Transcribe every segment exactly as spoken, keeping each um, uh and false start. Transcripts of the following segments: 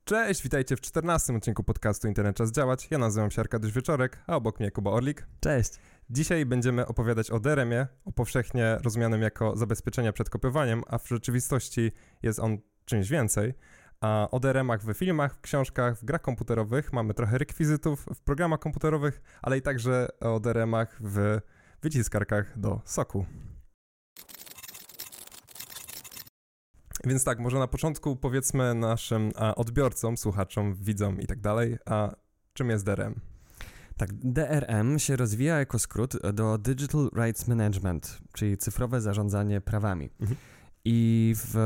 Cześć, witajcie w czternastym odcinku podcastu Internet Czas Działać. Ja nazywam się Arkadiusz Wieczorek, a obok mnie Kuba Orlik. Cześć. Dzisiaj będziemy opowiadać o D R M-ie, o powszechnie rozumianym jako zabezpieczenia przed kopiowaniem, a w rzeczywistości jest on czymś więcej. A o D R M-ach w filmach, w książkach, w grach komputerowych mamy trochę rekwizytów w programach komputerowych, ale i także o D R M-ach w wyciskarkach do soku. Więc tak, może na początku powiedzmy naszym a, odbiorcom, słuchaczom, widzom i tak dalej, a czym jest D R M? Tak, D R M się rozwija jako skrót do Digital Rights Management, czyli cyfrowe zarządzanie prawami. Mhm. I w,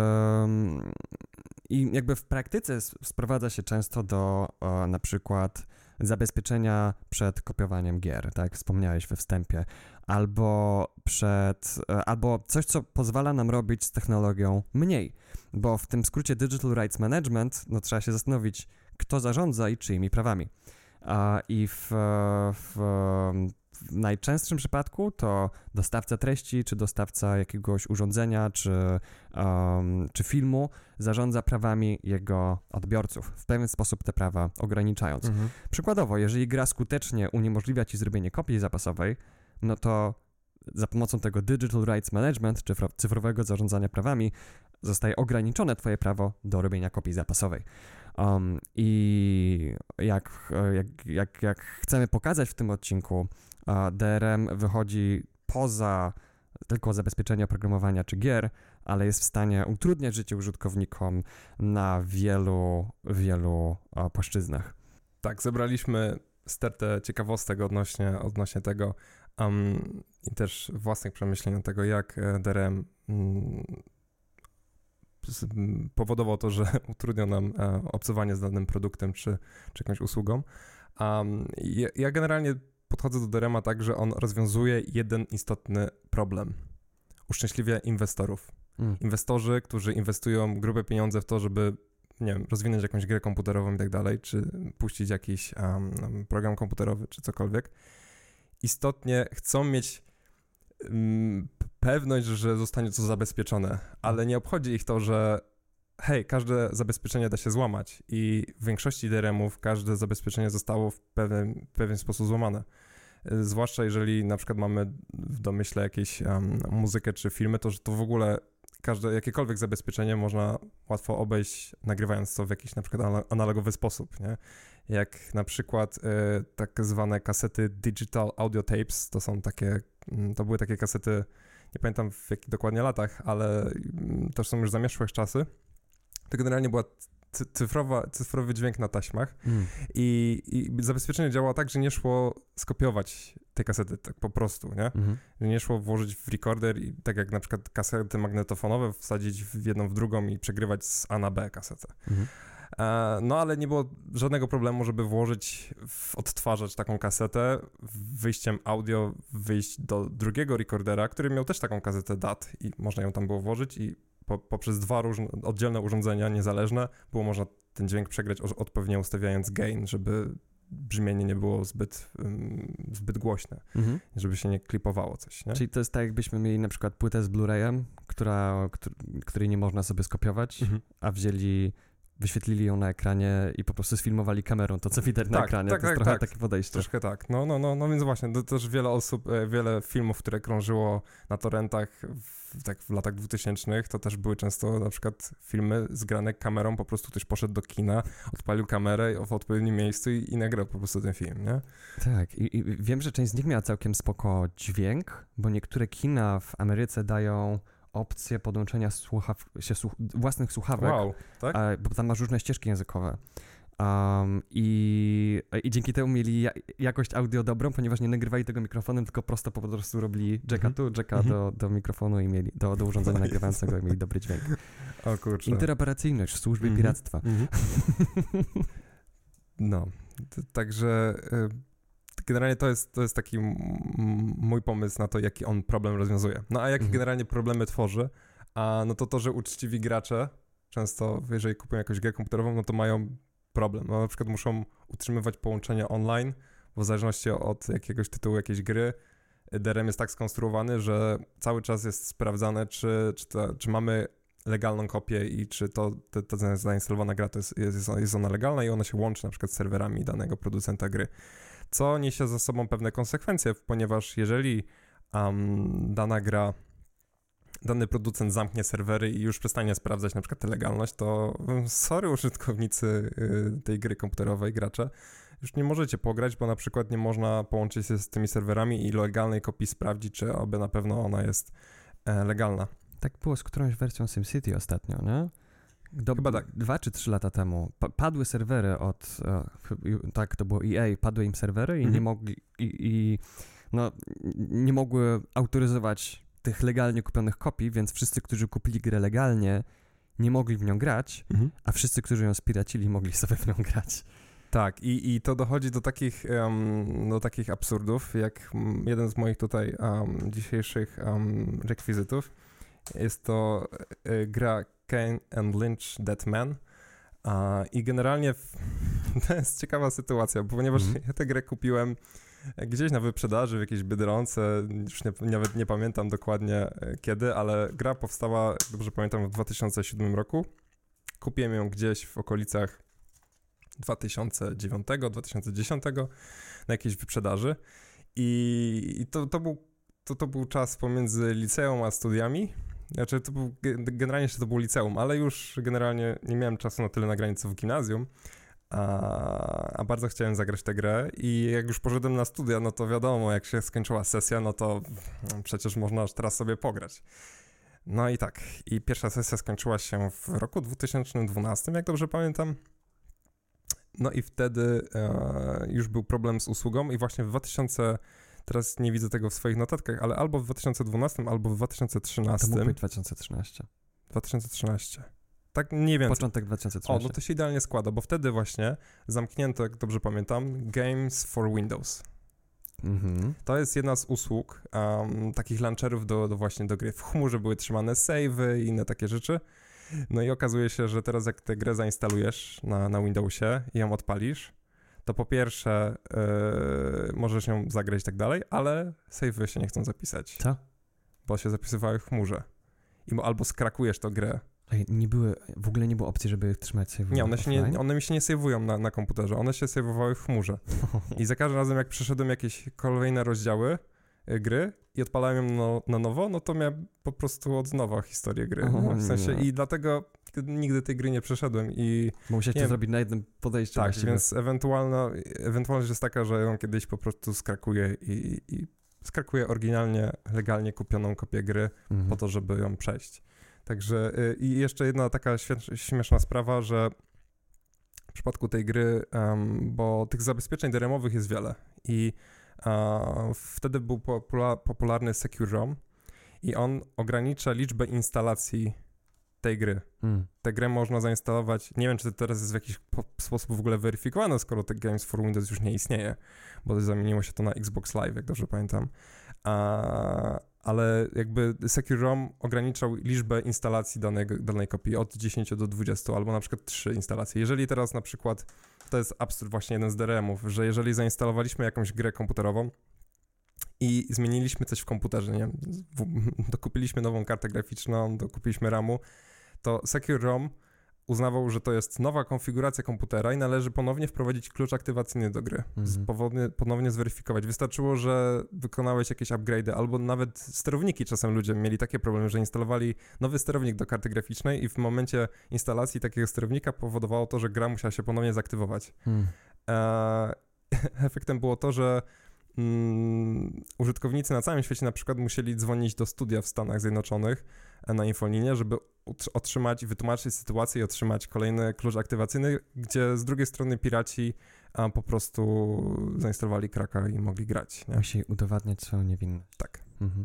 I jakby w praktyce sprowadza się często do o, na przykład zabezpieczenia przed kopiowaniem gier, tak, wspomniałeś we wstępie, albo przed, albo coś, co pozwala nam robić z technologią mniej, bo w tym skrócie Digital Rights Management, no trzeba się zastanowić, kto zarządza i czyimi prawami. A, I w, w, w najczęstszym przypadku to dostawca treści, czy dostawca jakiegoś urządzenia, czy, um, czy filmu zarządza prawami jego odbiorców, w pewien sposób te prawa ograniczając. Mhm. Przykładowo, jeżeli gra skutecznie uniemożliwia ci zrobienie kopii zapasowej, no to za pomocą tego Digital Rights Management, czy cyfrowego zarządzania prawami, zostaje ograniczone twoje prawo do robienia kopii zapasowej. Um, I jak, jak, jak, jak chcemy pokazać w tym odcinku, uh, D R M wychodzi poza tylko zabezpieczenie oprogramowania czy gier, ale jest w stanie utrudniać życie użytkownikom na wielu, wielu uh, płaszczyznach. Tak, zebraliśmy stertę ciekawostek odnośnie, odnośnie tego um, i też własnych przemyśleń o tego, jak D R M um, powodował to, że utrudniał nam e, obcowanie z danym produktem czy, czy jakąś usługą. Um, ja, ja generalnie podchodzę do D R M-a tak, że on rozwiązuje jeden istotny problem. Uszczęśliwia inwestorów. Mm. Inwestorzy, którzy inwestują grube pieniądze w to, żeby, nie wiem, rozwinąć jakąś grę komputerową i tak dalej, czy puścić jakiś um, program komputerowy, czy cokolwiek, istotnie chcą mieć um, pewność, że zostanie to zabezpieczone, ale nie obchodzi ich to, że hej, każde zabezpieczenie da się złamać i w większości D R M-ów każde zabezpieczenie zostało w pewien, pewien sposób złamane. Zwłaszcza jeżeli na przykład mamy w domyśle jakieś um, muzykę czy filmy, to że to w ogóle każde, jakiekolwiek zabezpieczenie można łatwo obejść, nagrywając to w jakiś na przykład analogowy sposób, nie? Jak na przykład y, tak zwane kasety digital audio tapes, to są takie, to były takie kasety, nie pamiętam w jakich dokładnie latach, ale to są już zamieszłe czasy. To generalnie była cyfrowa, cyfrowy dźwięk na taśmach mm. i, i zabezpieczenie działało tak, że nie szło skopiować tej kasety tak po prostu, nie? Mm-hmm. Że nie szło włożyć w recorder i tak jak na przykład kasety magnetofonowe wsadzić w jedną w drugą i przegrywać z A na B kasetę. Mm-hmm. E, no ale nie było żadnego problemu, żeby włożyć w odtwarzacz taką kasetę, wyjściem audio wyjść do drugiego recordera, który miał też taką kasetę D A T i można ją tam było włożyć i po, poprzez dwa różne, oddzielne urządzenia niezależne było można ten dźwięk przegrać odpowiednio ustawiając gain, żeby brzmienie nie było zbyt, um, zbyt głośne, mhm. żeby się nie klipowało coś, nie? Czyli to jest tak, jakbyśmy mieli na przykład płytę z Blu-rayem, która, której nie można sobie skopiować, mhm. a wzięli wyświetlili ją na ekranie i po prostu sfilmowali kamerą to, co widać tak, na ekranie. Tak, to jest tak, trochę tak. takie podejście. Troszkę tak. No, no, no, no więc właśnie, to też wiele osób, wiele filmów, które krążyło na torrentach w, tak w latach dwutysięcznych, to też były często na przykład filmy zgrane kamerą, po prostu ktoś poszedł do kina, odpalił kamerę w odpowiednim miejscu i, i nagrał po prostu ten film, nie? Tak. I, i wiem, że część z nich miała całkiem spoko dźwięk, bo niektóre kina w Ameryce dają opcję podłączenia słuchaw, się słuch, własnych słuchawek, wow, tak? a, bo tam masz różne ścieżki językowe. Um, i, I dzięki temu mieli ja, jakość audio dobrą, ponieważ nie nagrywali tego mikrofonem, tylko prosto po prostu robili jacka mm-hmm. tu, jacka mm-hmm. do, do mikrofonu i mieli, do, do urządzenia nagrywającego i mieli dobry dźwięk. O kurczę. Interoperacyjność w służbie mm-hmm. piractwa. Mm-hmm. No, t- także... Y- Generalnie to jest, to jest taki m- mój pomysł na to, jaki on problem rozwiązuje. No a jakie mhm. generalnie problemy tworzy? A no to to, że uczciwi gracze często, jeżeli kupują jakąś grę komputerową, no to mają problem. No na przykład muszą utrzymywać połączenia online, bo w zależności od jakiegoś tytułu jakiejś gry, D R M jest tak skonstruowany, że cały czas jest sprawdzane, czy, czy, to, czy mamy legalną kopię i czy to, to, to zainstalowana gra to jest, jest, jest ona legalna i ona się łączy na przykład z serwerami danego producenta gry. Co niesie za sobą pewne konsekwencje, ponieważ jeżeli um, dana gra, dany producent zamknie serwery i już przestanie sprawdzać na przykład tę legalność, to sorry użytkownicy y, tej gry komputerowej, gracze, już nie możecie pograć, bo na przykład nie można połączyć się z tymi serwerami i legalnej kopii sprawdzić, czy aby na pewno ona jest e, legalna. Tak było z którąś wersją SimCity ostatnio, nie? Do, Chyba tak. Dwa czy trzy lata temu pa- padły serwery od, e, tak, to było E A, padły im serwery i Mhm. nie mogli, i, i no, nie mogły autoryzować tych legalnie kupionych kopii, więc wszyscy, którzy kupili grę legalnie, nie mogli w nią grać, Mhm. a wszyscy, którzy ją spiracili, mogli sobie w nią grać. Tak, i, i to dochodzi do takich, um, do takich absurdów, jak jeden z moich tutaj um, dzisiejszych um, rekwizytów. Jest to y, gra Kane and Lynch Dead Man. Uh, I generalnie w, to jest ciekawa sytuacja, ponieważ mm. ja tę grę kupiłem gdzieś na wyprzedaży, w jakiejś Biedronce, już nie, nawet nie pamiętam dokładnie kiedy, ale gra powstała, jak dobrze pamiętam, w dwa tysiące siódmym roku. Kupiłem ją gdzieś w okolicach dwa tysiące dziewiątego, dwa tysiące dziesiątego na jakiejś wyprzedaży i, i to, to, był, to, to był czas pomiędzy liceum a studiami. Znaczy to był, generalnie jeszcze to było liceum, ale już generalnie nie miałem czasu na tyle na granicy w gimnazjum, a, a bardzo chciałem zagrać w tę grę i jak już poszedłem na studia, no to wiadomo, jak się skończyła sesja, no to no, przecież można już teraz sobie pograć. No i tak, i pierwsza sesja skończyła się w roku dwa tysiące dwunastym, jak dobrze pamiętam. No i wtedy e, już był problem z usługą i właśnie w dwa tysiące, teraz nie widzę tego w swoich notatkach, ale albo w dwa tysiące dwunastym, albo w dwa tysiące trzynastym. To mógł być dwa tysiące trzynasty. dwa tysiące trzynasty. Tak mniej więcej. Początek dwa tysiące trzynasty. O, no to się idealnie składa, bo wtedy właśnie zamknięto, jak dobrze pamiętam, Games for Windows. Mhm. To jest jedna z usług um, takich launcherów do, do właśnie do gry. W chmurze były trzymane save'y i inne takie rzeczy. No i okazuje się, że teraz jak tę grę zainstalujesz na, na Windowsie i ją odpalisz, to po pierwsze yy, możesz ją zagrać i tak dalej, ale save'y się nie chcą zapisać. Co? Bo się zapisywały w chmurze. I mo, albo skrakujesz tę grę. Ej, nie były, w ogóle nie było opcji, żeby trzymać save'y. Nie, one, się nie, one mi się nie save'ują na, na komputerze, one się save'owały w chmurze. I za każdym razem, jak przeszedłem jakieś kolejne rozdziały y, gry i odpalałem ją no, na nowo, no to miałem po prostu od nowa historię gry. O, no, w sensie nie. i dlatego nigdy tej gry nie przeszedłem i... Bo musiałeś to wiem. zrobić na jednym podejściu. Tak, właściwie. więc ewentualna, ewentualność jest taka, że ją kiedyś po prostu skrakuję i, i skrakuję oryginalnie, legalnie kupioną kopię gry Mhm. po to, żeby ją przejść. Także y, i jeszcze jedna taka świe- śmieszna sprawa, że w przypadku tej gry, um, bo tych zabezpieczeń D R M-owych jest wiele i uh, wtedy był popula- popularny Secure ROM i on ogranicza liczbę instalacji tej gry. Mm. Tę grę można zainstalować, nie wiem, czy to teraz jest w jakiś po- sposób w ogóle weryfikowane, skoro te Games for Windows już nie istnieje, bo zamieniło się to na Xbox Live, jak dobrze pamiętam. A, ale jakby Secure ROM ograniczał liczbę instalacji danego, danej kopii od dziesięciu do dwudziestu, albo na przykład trzy instalacje. Jeżeli teraz na przykład, to jest absurd właśnie jeden z D R M-ów, że jeżeli zainstalowaliśmy jakąś grę komputerową i zmieniliśmy coś w komputerze, nie wiem, w- dokupiliśmy nową kartę graficzną, dokupiliśmy ramu, to Secure ROM uznawał, że to jest nowa konfiguracja komputera i należy ponownie wprowadzić klucz aktywacyjny do gry. Mhm. Z- Powodnie, ponownie zweryfikować. Wystarczyło, że wykonałeś jakieś upgrade'y, albo nawet sterowniki czasem ludzie mieli takie problemy, że instalowali nowy sterownik do karty graficznej i w momencie instalacji takiego sterownika powodowało to, że gra musiała się ponownie zaktywować. Mm. E, efektem było to, że mm, użytkownicy na całym świecie na przykład musieli dzwonić do studia w Stanach Zjednoczonych e, na infolinię, żeby ut- otrzymać, wytłumaczyć sytuację i otrzymać kolejny klucz aktywacyjny, gdzie z drugiej strony piraci a, po prostu zainstalowali kraka i mogli grać. Nie? Musi udowadniać swoją niewinność. Tak. Mhm.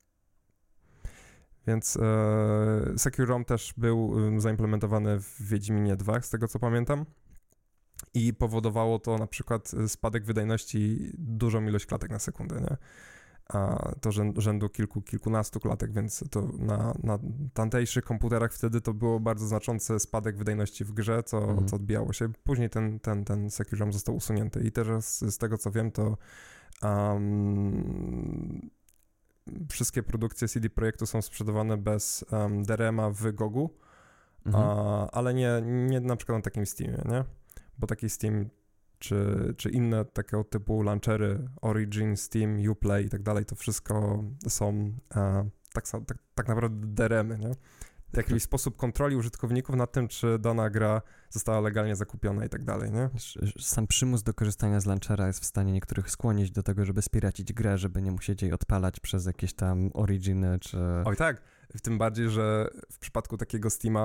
Więc e, Secure ROM też był um, zaimplementowany w Wiedźminie dwa, z tego co pamiętam. I powodowało to na przykład spadek wydajności dużą ilość klatek na sekundę, nie? A to rzędu, rzędu kilku, kilkunastu klatek, więc to na, na tamtejszych komputerach wtedy to było bardzo znaczący spadek wydajności w grze, co, Mhm. co odbijało się. Później ten, ten, ten Secure ROM został usunięty i teraz z tego co wiem to um, wszystkie produkcje C D Projektu są sprzedawane bez um, D R M-a w Gogu, mhm. a, ale nie, nie na przykład na takim Steamie, nie? Bo taki Steam czy, czy inne takiego typu launchery, Origin, Steam, Uplay i tak dalej, to wszystko są e, tak, tak, tak naprawdę D R M-y, nie? Jakiś sposób kontroli użytkowników nad tym, czy dana gra została legalnie zakupiona i tak dalej, nie? Sam przymus do korzystania z launchera jest w stanie niektórych skłonić do tego, żeby spiracić grę, żeby nie musieć jej odpalać przez jakieś tam originy, czy... Oj tak, tym bardziej, że w przypadku takiego Steama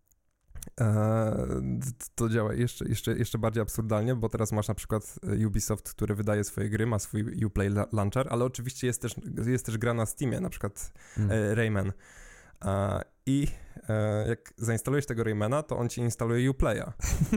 e, to działa jeszcze, jeszcze, jeszcze bardziej absurdalnie, bo teraz masz na przykład Ubisoft, który wydaje swoje gry, ma swój Uplay launcher, ale oczywiście jest też, jest też gra na Steamie, na przykład mm. e, Rayman. E, I e, jak zainstalujesz tego Raymana, to on ci instaluje Uplaya.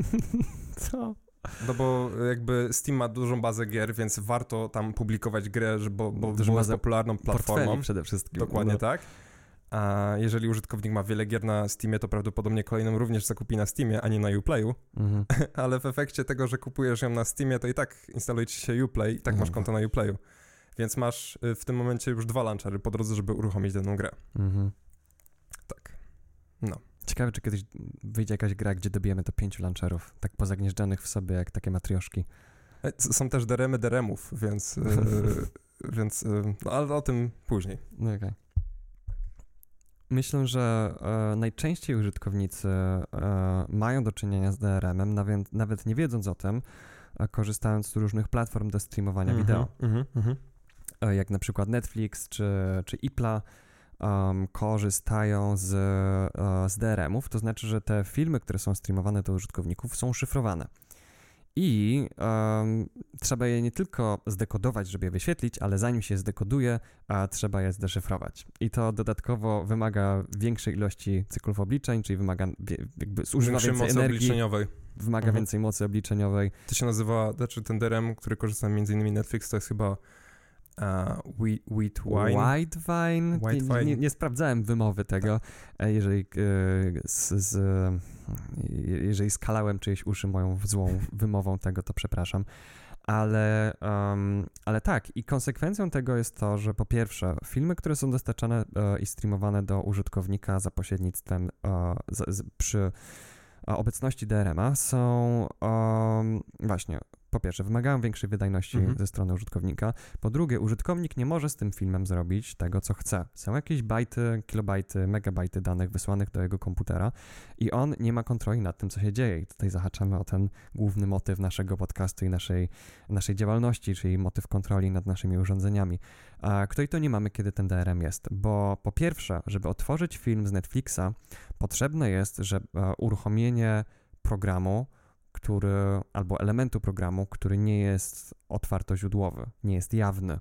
Co? No bo jakby Steam ma dużą bazę gier, więc warto tam publikować grę, że bo, bo, bo jest popularną platformą. Przede wszystkim. Dokładnie no. tak. A jeżeli użytkownik ma wiele gier na Steamie, to prawdopodobnie kolejną również zakupi na Steamie, a nie na Uplayu. Mhm. Ale w efekcie tego, że kupujesz ją na Steamie, to i tak instaluje ci się Uplay i tak mhm. masz konto na Uplayu. Więc masz w tym momencie już dwa launchery po drodze, żeby uruchomić daną grę. Mhm. Tak. No. Ciekawe, czy kiedyś wyjdzie jakaś gra, gdzie dobijemy to pięciu launcherów, tak pozagnieżdżanych w sobie, jak takie matrioszki. Są też D R M-y D R M-ów, więc, yy, więc yy, no, ale o tym później. No okej. Okay. Myślę, że e, najczęściej użytkownicy e, mają do czynienia z D R M-em, nawet, nawet nie wiedząc o tym, e, korzystając z różnych platform do streamowania mm-hmm, wideo, mm-hmm, mm-hmm. E, jak na przykład Netflix czy, czy Ipla. Um, korzystają z, uh, z D R M-ów, to znaczy, że te filmy, które są streamowane do użytkowników, są szyfrowane. I um, trzeba je nie tylko zdekodować, żeby je wyświetlić, ale zanim się zdekoduje, a trzeba je zdeszyfrować. I to dodatkowo wymaga większej ilości cyklów obliczeń, czyli wymaga jakby zużywa więcej mocy energii, obliczeniowej. Wymaga mhm. więcej mocy obliczeniowej. To się nazywa, znaczy ten D R M, który korzysta między innymi Netflix, to jest chyba Uh, wheat wine. White wine? White nie, wine. Nie, nie sprawdzałem wymowy tego. Tak. Jeżeli, z, z, jeżeli skalałem czyjeś uszy moją złą wymową tego, to przepraszam. Ale, um, ale tak, i konsekwencją tego jest to, że po pierwsze, filmy, które są dostarczane e, i streamowane do użytkownika za pośrednictwem e, z, z, przy obecności D R M-a są um, właśnie po pierwsze, wymagają większej wydajności mhm. ze strony użytkownika. Po drugie, użytkownik nie może z tym filmem zrobić tego, co chce. Są jakieś bajty, kilobajty, megabajty danych wysłanych do jego komputera i on nie ma kontroli nad tym, co się dzieje. I tutaj zahaczamy o ten główny motyw naszego podcastu i naszej, naszej działalności, czyli motyw kontroli nad naszymi urządzeniami. A kto i to nie mamy, kiedy ten D R M jest. Bo po pierwsze, żeby otworzyć film z Netflixa, potrzebne jest, że uruchomienie programu, który, albo elementu programu, który nie jest otwartoźródłowy, nie jest jawny,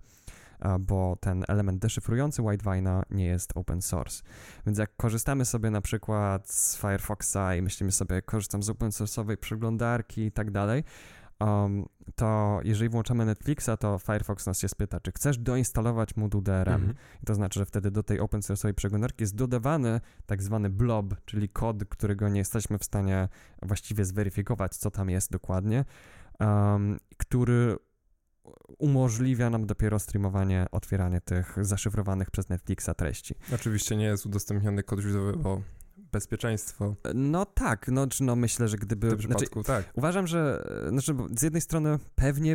bo ten element deszyfrujący Whitevine'a nie jest open source. Więc jak korzystamy sobie na przykład z Firefoxa i myślimy sobie, korzystam z open source'owej przeglądarki i tak dalej, um, to jeżeli włączamy Netflixa, to Firefox nas się spyta, czy chcesz doinstalować moduł D R M. Mhm. I to znaczy, że wtedy do tej open source'owej przeglądarki jest dodawany tak zwany blob, czyli kod, którego nie jesteśmy w stanie właściwie zweryfikować, co tam jest dokładnie, um, który umożliwia nam dopiero streamowanie, otwieranie tych zaszyfrowanych przez Netflixa treści. Oczywiście nie jest udostępniony kod źródłowy, bo bezpieczeństwo. No tak, no, no myślę, że gdyby... W tym przypadku, znaczy, tak. Uważam, że znaczy, z jednej strony pewnie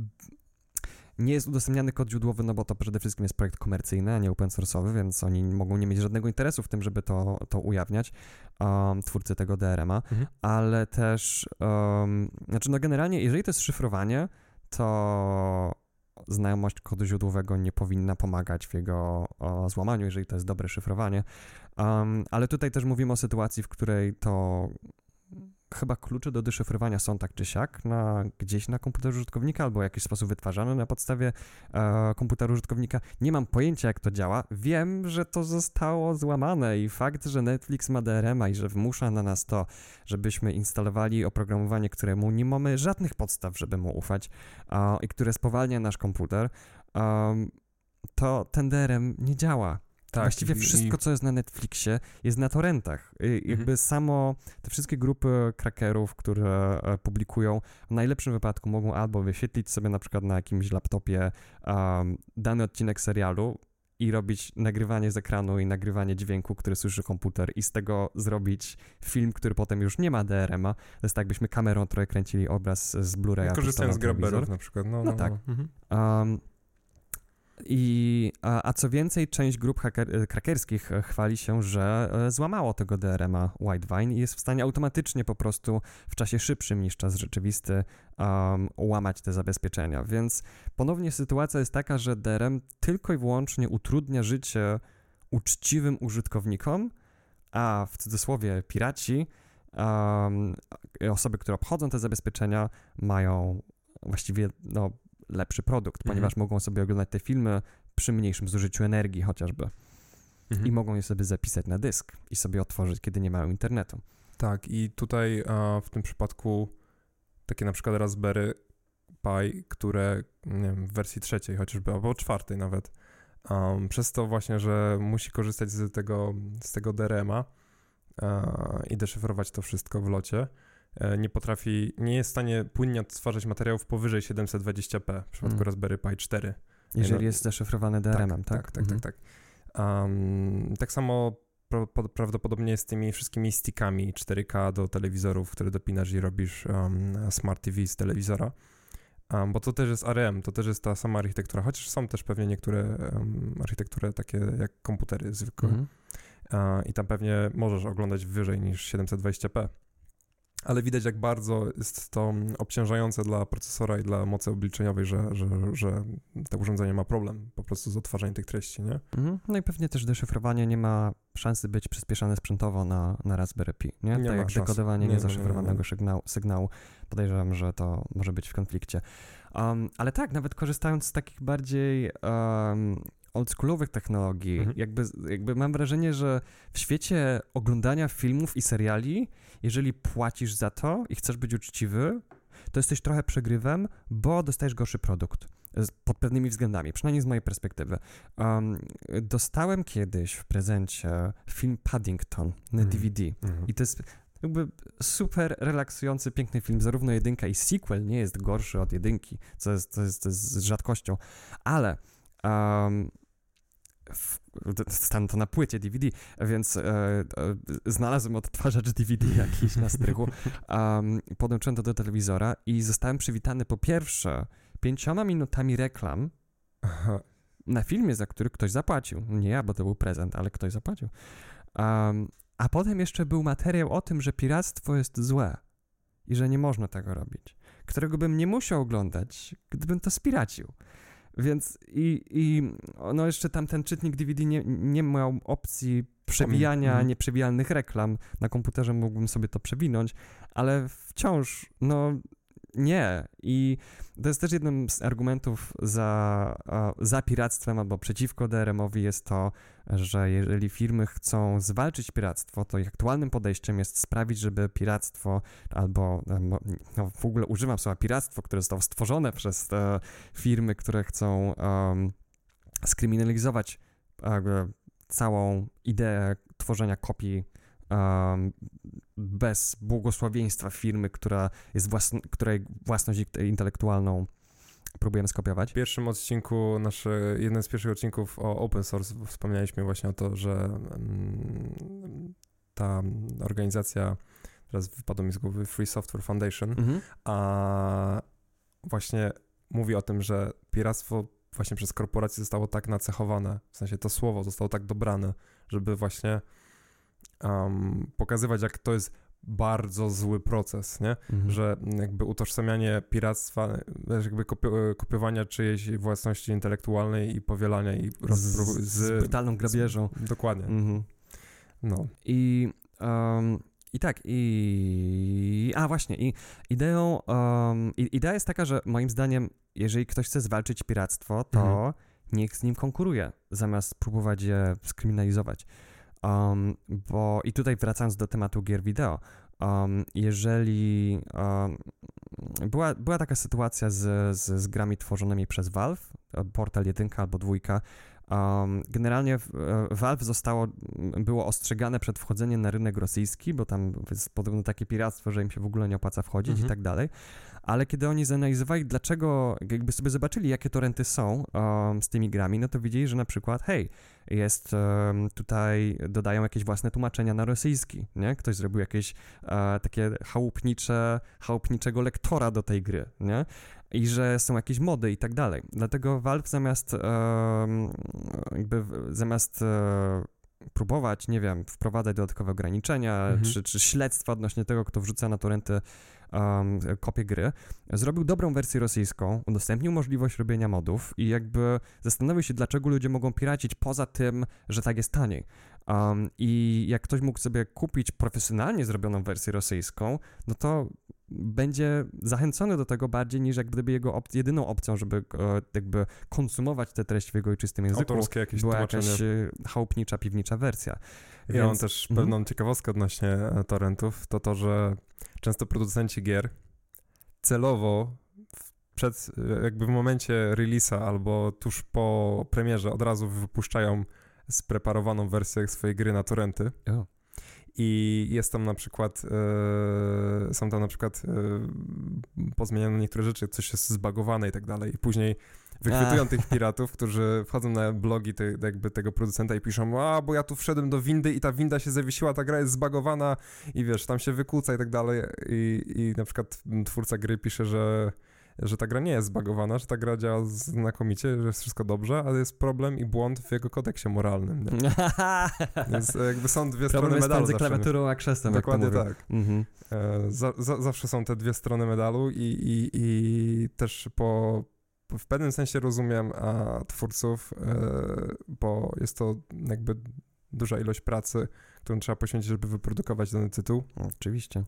nie jest udostępniany kod źródłowy, no bo to przede wszystkim jest projekt komercyjny, a nie open source'owy, więc oni mogą nie mieć żadnego interesu w tym, żeby to, to ujawniać, um, twórcy tego D R M-a, mhm. ale też, um, znaczy no generalnie, jeżeli to jest szyfrowanie, to znajomość kodu źródłowego nie powinna pomagać w jego o, złamaniu, jeżeli to jest dobre szyfrowanie. Um, ale tutaj też mówimy o sytuacji, w której to chyba klucze do deszyfrowania są tak czy siak na, gdzieś na komputerze użytkownika albo w jakiś sposób wytwarzane na podstawie e, komputera użytkownika. Nie mam pojęcia, jak to działa. Wiem, że to zostało złamane i fakt, że Netflix ma D R M-a i że wmusza na nas to, żebyśmy instalowali oprogramowanie, któremu nie mamy żadnych podstaw, żeby mu ufać e, i które spowalnia nasz komputer, e, to ten D R M nie działa. Tak, właściwie wszystko, i... co jest na Netflixie, jest na torrentach. I mhm. Jakby samo te wszystkie grupy crackerów, które e, publikują, w najlepszym wypadku mogą albo wyświetlić sobie na przykład na jakimś laptopie um, dany odcinek serialu i robić nagrywanie z ekranu i nagrywanie dźwięku, który słyszy komputer i z tego zrobić film, który potem już nie ma D R M-a. To jest tak, jakbyśmy kamerą trochę kręcili obraz z Blu-raya. Korzystając z grabberów na przykład. No, no, no tak. No. Mhm. Um, I, a, a co więcej, część grup hacker, krakerskich chwali się, że złamało tego D R M-a Widevine i jest w stanie automatycznie po prostu w czasie szybszym niż czas rzeczywisty um, łamać te zabezpieczenia. Więc ponownie sytuacja jest taka, że D R M tylko i wyłącznie utrudnia życie uczciwym użytkownikom, a w cudzysłowie piraci, um, osoby, które obchodzą te zabezpieczenia, mają właściwie no, lepszy produkt, mhm. ponieważ mogą sobie oglądać te filmy przy mniejszym zużyciu energii chociażby mhm. i mogą je sobie zapisać na dysk i sobie otworzyć, kiedy nie mają internetu. Tak, i tutaj a, w tym przypadku takie na przykład Raspberry Pi, które nie wiem, w wersji trzeciej chociażby, albo czwartej nawet, um, przez to właśnie, że musi korzystać z tego, z tego D R M-a a, i deszyfrować to wszystko w locie, nie potrafi, nie jest w stanie płynnie odtwarzać materiałów powyżej siedemset dwadzieścia p w przypadku hmm. Raspberry Pi cztery. Jeżeli no, jest zaszyfrowany D R M-em, tak? Tak, tak, mhm. tak, tak. tak. Um, tak samo pra- prawdopodobnie jest z tymi wszystkimi stickami cztery K do telewizorów, które dopinasz i robisz um, Smart T V z telewizora, um, bo to też jest A R M, to też jest ta sama architektura, chociaż są też pewnie niektóre um, architektury takie jak komputery zwykłe mhm. uh, i tam pewnie możesz oglądać wyżej niż siedemset dwadzieścia p. Ale widać, jak bardzo jest to obciążające dla procesora i dla mocy obliczeniowej, że, że, że to urządzenie ma problem po prostu z odtwarzaniem tych treści, nie? Mhm. No i pewnie też deszyfrowanie nie ma szansy być przyspieszane sprzętowo na, na Raspberry Pi, nie? Nie tak jak szansy. dekodowanie nie, niezaszyfrowanego nie, nie. Sygnału, sygnału, podejrzewam, że to może być w konflikcie. Um, ale tak, nawet korzystając z takich bardziej um, oldschoolowych technologii, mhm. jakby, jakby mam wrażenie, że w świecie oglądania filmów i seriali, jeżeli płacisz za to i chcesz być uczciwy, to jesteś trochę przegrywem, bo dostajesz gorszy produkt pod pewnymi względami, przynajmniej z mojej perspektywy. Um, dostałem kiedyś w prezencie film Paddington na mhm. D V D mhm. i to jest jakby super relaksujący, piękny film, zarówno jedynka i sequel nie jest gorszy od jedynki, co jest, to jest, to jest z rzadkością, ale um, dostałem to na płycie D V D, więc e, e, znalazłem odtwarzacz D V D jakiś na strychu, um, podłączyłem to do telewizora i zostałem przywitany po pierwsze pięcioma minutami reklam Aha. na filmie, za który ktoś zapłacił. Nie ja, bo to był prezent, ale ktoś zapłacił. Um, a potem jeszcze był materiał o tym, że piractwo jest złe i że nie można tego robić, którego bym nie musiał oglądać, gdybym to spiracił. Więc i, i no jeszcze tam ten czytnik D V D nie, nie miał opcji przewijania mm. nieprzewijalnych reklam. Na komputerze mógłbym sobie to przewinąć, ale wciąż, no nie. I to jest też jednym z argumentów za, za piractwem albo przeciwko D R M-owi jest to, że jeżeli firmy chcą zwalczyć piractwo, to ich aktualnym podejściem jest sprawić, żeby piractwo albo no, w ogóle używam słowa piractwo, które zostało stworzone przez te firmy, które chcą um, skryminalizować um, całą ideę tworzenia kopii um, bez błogosławieństwa firmy, która jest własno, której własność intelektualną próbujemy skopiować. W pierwszym odcinku, nasze, jeden z pierwszych odcinków o open source wspomnieliśmy właśnie o to, że um, ta organizacja, teraz wypadło mi z głowy, Free Software Foundation, mhm. a właśnie mówi o tym, że piractwo właśnie przez korporacje zostało tak nacechowane, w sensie to słowo zostało tak dobrane, żeby właśnie um, pokazywać, jak to jest bardzo zły proces, nie? Mhm. Że jakby utożsamianie piractwa, jakby kopio- kopiowania czyjejś własności intelektualnej i powielania i roz- z, z, z brutalną grabieżą. Z, dokładnie. Mhm. No. I, um, i tak, i... A właśnie, i ideą... Um, idea jest taka, że moim zdaniem, jeżeli ktoś chce zwalczyć piractwo, to mhm. niech z nim konkuruje, zamiast próbować je skryminalizować. Um, bo i tutaj wracając do tematu gier wideo, um, jeżeli um, była, była taka sytuacja z, z, z grami tworzonymi przez Valve, Portal jeden albo dwa, um, generalnie Valve zostało, było ostrzegane przed wchodzeniem na rynek rosyjski, bo tam jest podobno takie piractwo, że im się w ogóle nie opłaca wchodzić mhm. i tak dalej, ale kiedy oni zanalizowali, dlaczego, jakby sobie zobaczyli, jakie torenty są um, z tymi grami, no to widzieli, że na przykład, hej, jest um, tutaj, dodają jakieś własne tłumaczenia na rosyjski, nie? Ktoś zrobił jakieś uh, takie chałupnicze, chałupniczego lektora do tej gry, nie? I że są jakieś mody i tak dalej. Dlatego Valve zamiast um, jakby zamiast um, próbować, nie wiem, wprowadzać dodatkowe ograniczenia, mhm. czy, czy śledztwa odnośnie tego, kto wrzuca na torrenty um, kopię gry, zrobił dobrą wersję rosyjską, udostępnił możliwość robienia modów i jakby zastanowił się, dlaczego ludzie mogą piracić poza tym, że tak jest taniej. Um, I jak ktoś mógł sobie kupić profesjonalnie zrobioną wersję rosyjską, no to będzie zachęcony do tego bardziej niż jak gdyby jego op- jedyną opcją, żeby e, jakby konsumować te treści w jego ojczystym języku, autorskie jakieś była tłumaczenie. jakaś e, chałupnicza, piwnicza wersja. Ja Więc... mam też pewną mm. ciekawostkę odnośnie torrentów, to to, że często producenci gier celowo w, przed, jakby w momencie release'a albo tuż po premierze od razu wypuszczają spreparowaną wersję swojej gry na torrenty. Oh. I jest tam na przykład, e, są tam na przykład e, pozmieniane niektóre rzeczy, coś jest zbagowane i tak dalej. I później wychwytują Ach. tych piratów, którzy wchodzą na blogi te, jakby tego producenta i piszą, a bo ja tu wszedłem do windy i ta winda się zawiesiła, ta gra jest zbagowana i wiesz, tam się wykłóca i tak dalej. I, i na przykład twórca gry pisze, że że ta gra nie jest zbagowana, że ta gra działa znakomicie, że jest wszystko dobrze, ale jest problem i błąd w jego kodeksie moralnym. Nie? Więc jakby są dwie problem strony medalu. Problem jest klawiaturą a krzesłem, dokładnie jak to tak. Mhm. E, za, za, zawsze są te dwie strony medalu i, i, i też po, w pewnym sensie rozumiem a, twórców, e, bo jest to jakby duża ilość pracy, którą trzeba poświęcić, żeby wyprodukować dany tytuł. Oczywiście.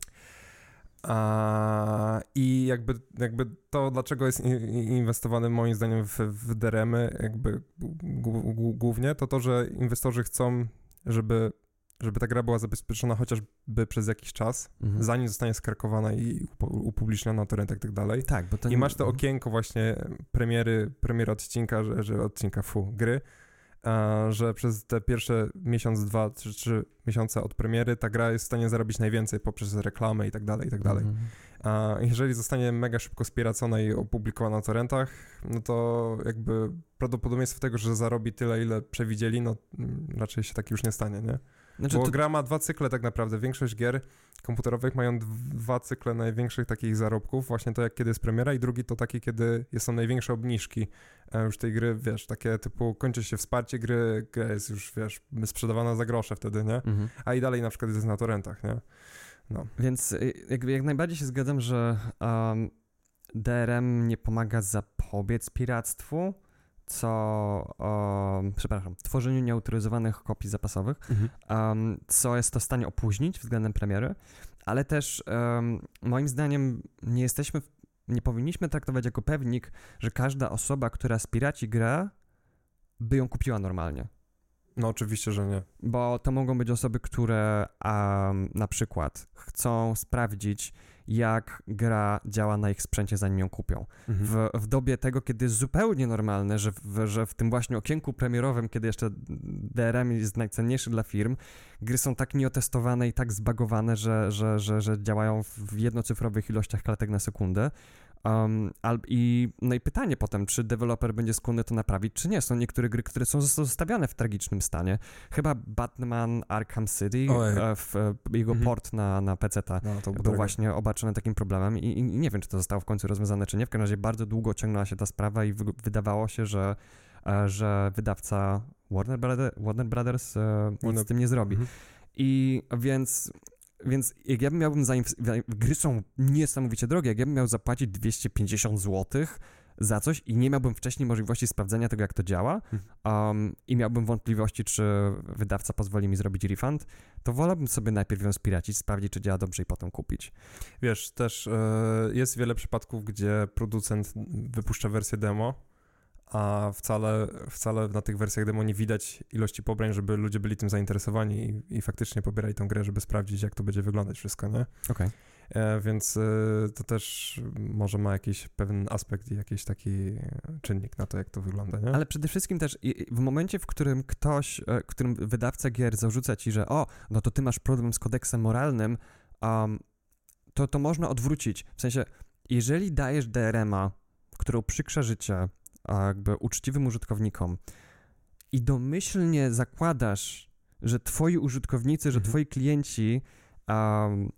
A, I jakby, jakby to, dlaczego jest inwestowane moim zdaniem w, w D R M-y jakby g- g- głównie, to to, że inwestorzy chcą, żeby, żeby ta gra była zabezpieczona chociażby przez jakiś czas, mhm. zanim zostanie skrakowana i upubliczniona na torrentach i tak dalej. Tak, bo to I masz to okienko właśnie premiery, premiery odcinka, że, że odcinka, fu, gry, a, że przez te pierwsze miesiąc, dwa, trzy, trzy miesiące od premiery ta gra jest w stanie zarobić najwięcej poprzez reklamę i tak dalej, i tak dalej. Mm. A jeżeli zostanie mega szybko spiracona i opublikowana na torrentach, no to jakby prawdopodobieństwo tego, że zarobi tyle, ile przewidzieli, no raczej się tak już nie stanie, nie? Znaczy, Bo to... gra ma dwa cykle tak naprawdę. Większość gier komputerowych mają dwa cykle największych takich zarobków. Właśnie to, jak kiedy jest premiera i drugi to taki, kiedy są największe obniżki już tej gry, wiesz, takie typu kończy się wsparcie gry, gra jest już, wiesz, sprzedawana za grosze wtedy, nie? Mhm. A i dalej na przykład jest na torrentach, nie? No. Więc jakby jak najbardziej się zgadzam, że um, D R M nie pomaga zapobiec piractwu, co, um, przepraszam, tworzeniu nieautoryzowanych kopii zapasowych, mhm. um, co jest to w stanie opóźnić względem premiery, ale też um, moim zdaniem nie jesteśmy, nie powinniśmy traktować jako pewnik, że każda osoba, która spiraci grę, by ją kupiła normalnie. No oczywiście, że nie. Bo to mogą być osoby, które um, na przykład chcą sprawdzić, jak gra działa na ich sprzęcie, zanim ją kupią. Mhm. W, w dobie tego, kiedy jest zupełnie normalne, że w, że w tym właśnie okienku premierowym, kiedy jeszcze D R M jest najcenniejszy dla firm, gry są tak nieotestowane i tak zbagowane, że, że, że, że działają w jednocyfrowych ilościach klatek na sekundę. Um, al, i, no i pytanie potem, czy deweloper będzie skłonny to naprawić, czy nie. Są niektóre gry, które są zostawiane w tragicznym stanie. Chyba Batman Arkham City, e, w, e, jego mhm. port na, na peceta no, był droga. właśnie obarczony takim problemem I, i nie wiem, czy to zostało w końcu rozwiązane, czy nie. W każdym razie bardzo długo ciągnęła się ta sprawa i wy, wydawało się, że, e, że wydawca Warner, Brother, Warner Brothers e, nic Warner. z tym nie zrobi. Mhm. I więc... Więc jak ja bym miałbym zainwestować, gry są niesamowicie drogie, jak ja bym miał zapłacić dwieście pięćdziesiąt złotych za coś i nie miałbym wcześniej możliwości sprawdzenia tego, jak to działa um, i miałbym wątpliwości, czy wydawca pozwoli mi zrobić refund, to wolałbym sobie najpierw ją spiracić, sprawdzić, czy działa dobrze i potem kupić. Wiesz, też e, jest wiele przypadków, gdzie producent wypuszcza wersję demo, a wcale, wcale na tych wersjach demo nie widać ilości pobrań, żeby ludzie byli tym zainteresowani i, i faktycznie pobierali tą grę, żeby sprawdzić, jak to będzie wyglądać wszystko, nie? Okej. Okay. E, więc e, to też może ma jakiś pewien aspekt i jakiś taki czynnik na to, jak to wygląda, nie? Ale przede wszystkim też w momencie, w którym ktoś, w którym wydawca gier zarzuca ci, że o, no to ty masz problem z kodeksem moralnym, um, to to można odwrócić. W sensie jeżeli dajesz D R M-a, który uprzykrza życie a jakby uczciwym użytkownikom i domyślnie zakładasz, że twoi użytkownicy, że Mhm. twoi klienci um,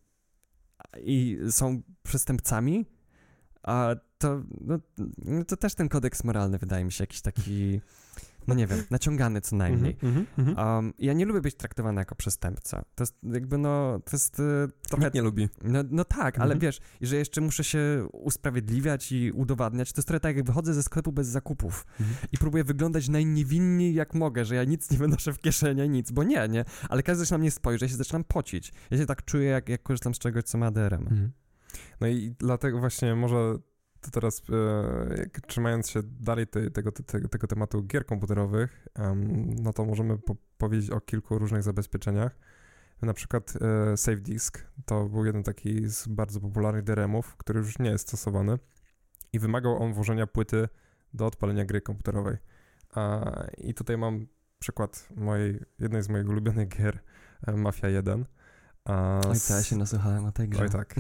i są przestępcami, a to, no, no to też ten kodeks moralny wydaje mi się jakiś taki, no nie wiem, naciągany co najmniej. Mhm, mhm. Um, ja nie lubię być traktowany jako przestępca. To jest jakby no, to jest y, trochę... Nikt nie lubi. No, no tak, ale Mhm. wiesz, i że jeszcze muszę się usprawiedliwiać i udowadniać, to jest trochę tak, jak wychodzę ze sklepu bez zakupów Mhm. i próbuję wyglądać najniewinniej jak mogę, że ja nic nie wynoszę w kieszeni, nic, bo nie, nie, ale każdy się na mnie spojrzy, ja się zaczynam pocić. Ja się tak czuję, jak, jak korzystam z czegoś, co ma D R M. Mhm. No i dlatego właśnie może to teraz, e, jak, trzymając się dalej te, tego, te, tego tematu gier komputerowych, um, no to możemy po, powiedzieć o kilku różnych zabezpieczeniach. Na przykład e, Save Disk to był jeden taki z bardzo popularnych D R M-ów, który już nie jest stosowany i wymagał on włożenia płyty do odpalenia gry komputerowej. A, I tutaj mam przykład mojej, jednej z moich ulubionych gier, e, Mafia jeden. A Oj, to ja się nasłuchałem o tej grze. Oj tak.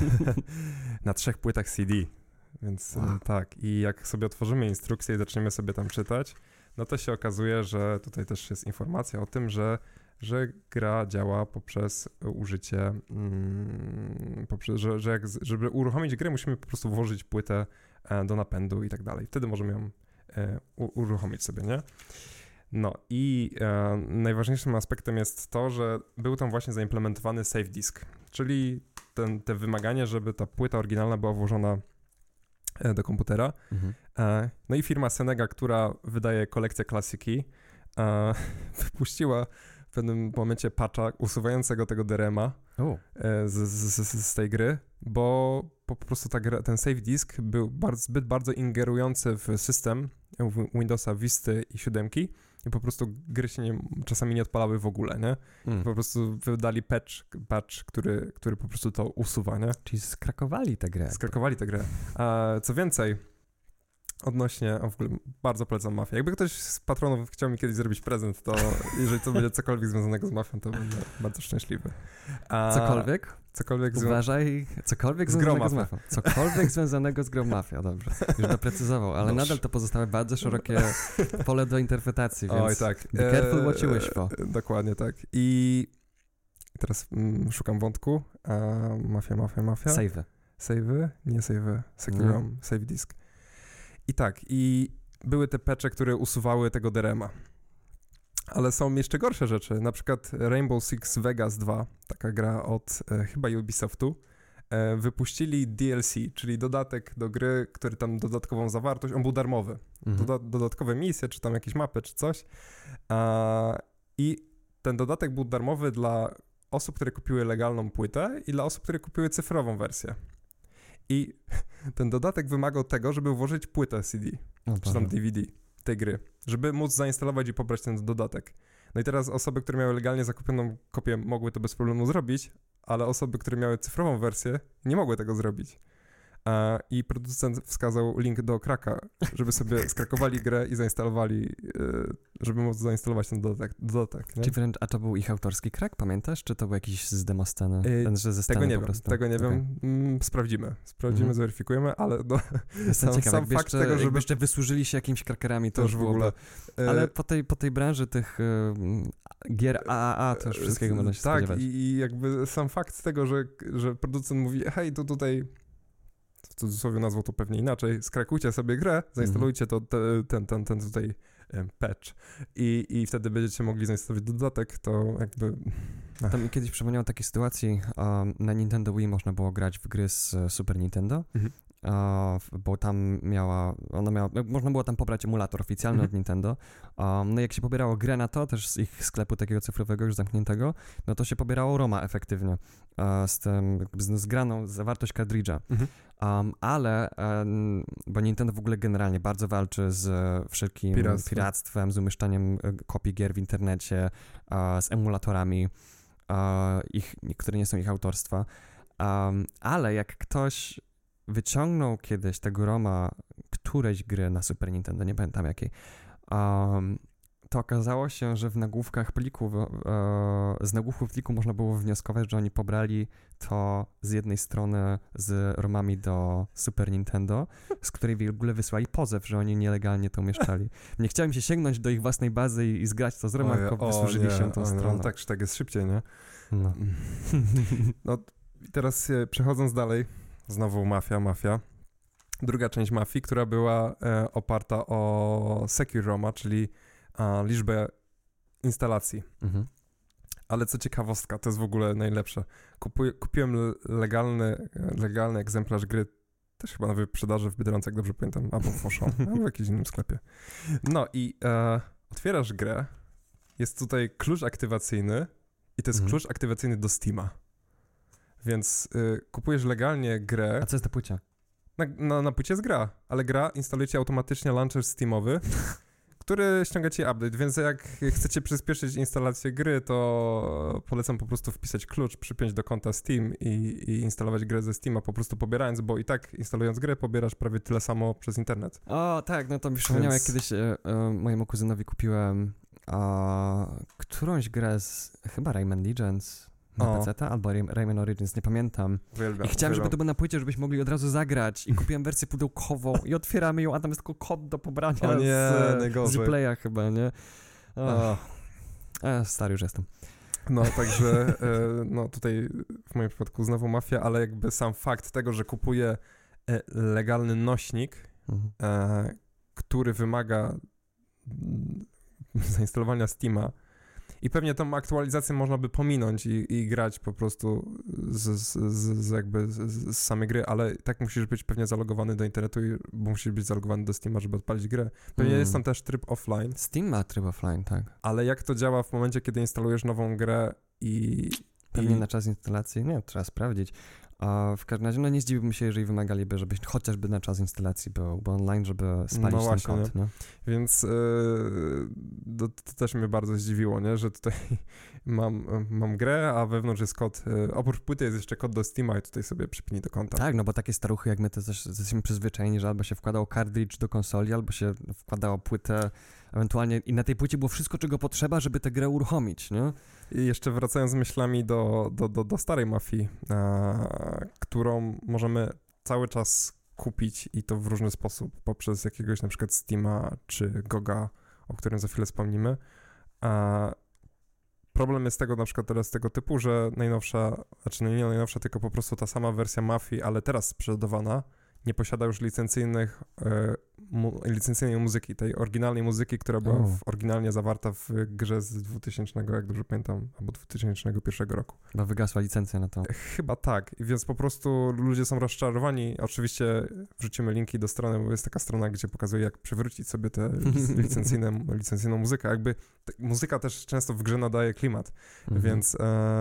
Na trzech płytach C D. Więc Wow. e, tak. I jak sobie otworzymy instrukcję i zaczniemy sobie tam czytać, no to się okazuje, że tutaj też jest informacja o tym, że, że gra działa poprzez użycie, mm, poprzez, że, że jak, żeby uruchomić grę, musimy po prostu włożyć płytę e, do napędu i tak dalej. Wtedy możemy ją e, u, uruchomić sobie, nie? No i e, najważniejszym aspektem jest to, że był tam właśnie zaimplementowany Save Disk, czyli ten, te wymaganie, żeby ta płyta oryginalna była włożona e, do komputera. Mhm. E, no i firma Senega, która wydaje kolekcję klasyki, e, wypuściła w pewnym momencie patcha usuwającego tego D R M-a O. e, z, z, z, z tej gry, bo po prostu ta gra, ten save disk był bardzo, zbyt bardzo ingerujący w system w Windowsa, Visty i siódemki i po prostu gry się nie, czasami nie odpalały w ogóle, nie? Mm. Po prostu wydali patch, patch który, który po prostu to usuwa, nie? Czyli skrakowali tę grę. Skrakowali tę grę. A co więcej, odnośnie, o w ogóle bardzo polecam Mafię. Jakby ktoś z patronów chciał mi kiedyś zrobić prezent, to jeżeli to będzie cokolwiek związanego z Mafią, to będę bardzo szczęśliwy. A Cokolwiek? Cokolwiek związanego... Uważaj, cokolwiek Z związanego grą z mafią. Cokolwiek związanego z grą mafia, dobrze. Już doprecyzował, ale Dobrze. nadal to pozostałe bardzo szerokie pole do interpretacji, więc Oj, tak. be careful what you Eee, wish for. Dokładnie tak. I teraz mm, szukam wątku. A, mafia, mafia, mafia. Save'y. Save'y? Nie save'y. Secure'um, save disk. I tak, i były te patche, które usuwały tego D R M-a. Ale są jeszcze gorsze rzeczy, na przykład Rainbow Six Vegas dwa, taka gra od e, chyba Ubisoftu, e, wypuścili D L C, czyli dodatek do gry, który tam dodatkową zawartość, on był darmowy. Mhm. Doda- dodatkowe misje, czy tam jakieś mapy, czy coś. A, I ten dodatek był darmowy dla osób, które kupiły legalną płytę i dla osób, które kupiły cyfrową wersję. I ten dodatek wymagał tego, żeby włożyć płytę C D, O, czy tam Boże. D V D tej gry, żeby móc zainstalować i pobrać ten dodatek. No i teraz osoby, które miały legalnie zakupioną kopię, mogły to bez problemu zrobić, ale osoby, które miały cyfrową wersję, nie mogły tego zrobić. A, I producent wskazał link do kraka, żeby sobie skrakowali grę i zainstalowali, yy, żeby móc zainstalować ten dodatek. dodatek nie? Czy wręcz, a to był ich autorski crack, pamiętasz? Czy to był jakiś z demo sceny? Yy, Ten, że ze sceny Tego nie po wiem, prostu. tego nie Okay. wiem. Mm, sprawdzimy, sprawdzimy, Mhm. zweryfikujemy, ale no, Jestem sam, ciekaw, sam jakby fakt jeszcze, tego, jakby żeby jeszcze wysłużyli się jakimiś krakerami, to, to już w ogóle... Byłoby... Ale po tej, po tej branży tych y, gier A A A to już wszystkiego można się tak, spodziewać. i, i jakby sam fakt tego, że, że producent mówi, hej, to tutaj, w cudzysłowie nazwał to pewnie inaczej, skrakujcie sobie grę, zainstalujcie to, te, ten, ten, ten tutaj em, patch i, i wtedy będziecie mogli zainstalować dodatek, to jakby... Ach. To mi kiedyś przypomniało takiej sytuacji, um, na Nintendo Wii można było grać w gry z e, Super Nintendo, Mhm. uh, bo tam miała, ona miała, można było tam pobrać emulator oficjalny Mhm. od Nintendo, um, no i jak się pobierało grę na to, też z ich sklepu takiego cyfrowego już zamkniętego, no to się pobierało ROMa efektywnie, uh, z tym, jakby z zgraną zawartość kartridża. Mhm. Um, ale, um, bo Nintendo w ogóle generalnie bardzo walczy z e, wszelkim Piractwo. piractwem, z umieszczaniem e, kopii gier w internecie, e, z emulatorami, e, ich, które nie są ich autorstwa. Um, ale jak ktoś wyciągnął kiedyś tego ROMa którejś gry na Super Nintendo, nie pamiętam jakiej, um, to okazało się, że w nagłówkach pliku, e, z nagłówków pliku można było wnioskować, że oni pobrali to z jednej strony z romami do Super Nintendo, z której w ogóle wysłali pozew, że oni nielegalnie to umieszczali. Nie chciałem się sięgnąć do ich własnej bazy i, i zgrać to z romami, tylko wysłużyli nie, się tą o, stroną. No, tak czy tak jest szybciej, nie? No. No teraz przechodząc dalej, znowu mafia, mafia. Druga część mafii, która była e, oparta o Secure Roma, czyli a, liczbę instalacji. Mhm. Ale co ciekawostka, to jest w ogóle najlepsze. Kupuj, kupiłem legalny, legalny egzemplarz gry, też chyba na wyprzedaży w Biedronce, jak dobrze pamiętam, albo w Auchan, albo w jakimś innym sklepie. No i e, otwierasz grę, jest tutaj klucz aktywacyjny i to jest mhm. klucz aktywacyjny do Steama. Więc y, kupujesz legalnie grę. A co jest na płycie? Na, na, na płycie jest gra, ale gra instaluje ci automatycznie launcher Steamowy, który ściąga ci update, więc jak chcecie przyspieszyć instalację gry, to polecam po prostu wpisać klucz, przypiąć do konta Steam i, i instalować grę ze Steama, po prostu pobierając, bo i tak instalując grę pobierasz prawie tyle samo przez internet. O, tak, no to mi przypomniało, więc... jak kiedyś e, e, mojemu kuzynowi kupiłem e, którąś grę z chyba Rayman Legends na peceta, albo Rayman Origins, nie pamiętam. Uwielbiam, I chciałem, uwielbiam. żeby to było na płycie, żebyśmy mogli od razu zagrać. I kupiłem wersję pudełkową i otwieramy ją, a tam jest tylko kod do pobrania o nie, z, z Replaya chyba, nie? O. A, stary już jestem. No, także e, no tutaj w moim przypadku znowu mafia, ale jakby sam fakt tego, że kupuję e, legalny nośnik, mhm. e, który wymaga m, zainstalowania Steama, i pewnie tą aktualizację można by pominąć i, i grać po prostu z, z, z, z jakby z, z samej gry, ale tak musisz być pewnie zalogowany do internetu, i, bo musisz być zalogowany do Steama, żeby odpalić grę. Pewnie mm. jest tam też tryb offline. Steam ma tryb offline, tak. Ale jak to działa w momencie, kiedy instalujesz nową grę i... Pewnie i... na czas instalacji, nie, trzeba sprawdzić. A w każdym razie, no nie zdziwiłbym się, jeżeli wymagaliby, żebyś chociażby na czas instalacji był, był online, żeby spalić no właśnie, ten kod, nie? No. Więc yy, to, to też mnie bardzo zdziwiło, nie? Że tutaj mam, mam grę, a wewnątrz jest kod, yy, oprócz płyty jest jeszcze kod do Steama i tutaj sobie przypnij do konta. Tak, no bo takie staruchy jak my to też jesteśmy przyzwyczajeni, że albo się wkładało cartridge do konsoli, albo się wkładało płytę, ewentualnie i na tej płycie było wszystko, czego potrzeba, żeby tę grę uruchomić, nie? I jeszcze wracając myślami do, do, do, do starej mafii, a, którą możemy cały czas kupić i to w różny sposób, poprzez jakiegoś na przykład Steama czy Goga, o którym za chwilę wspomnimy. A problem jest tego na przykład teraz tego typu, że najnowsza, znaczy nie najnowsza, tylko po prostu ta sama wersja mafii, ale teraz sprzedawana, nie posiada już licencyjnych, e, mu, licencyjnej muzyki, tej oryginalnej muzyki, która była w, oryginalnie zawarta w grze z dwutysięcznego, jak dobrze pamiętam, albo dwa tysiące pierwszego roku. Chyba wygasła licencja na to. Chyba tak, więc po prostu ludzie są rozczarowani. Oczywiście wrzucimy linki do strony, bo jest taka strona, gdzie pokazuje, jak przywrócić sobie tę licencyjne, licencyjną muzykę. Jakby te, muzyka też często w grze nadaje klimat, mhm. więc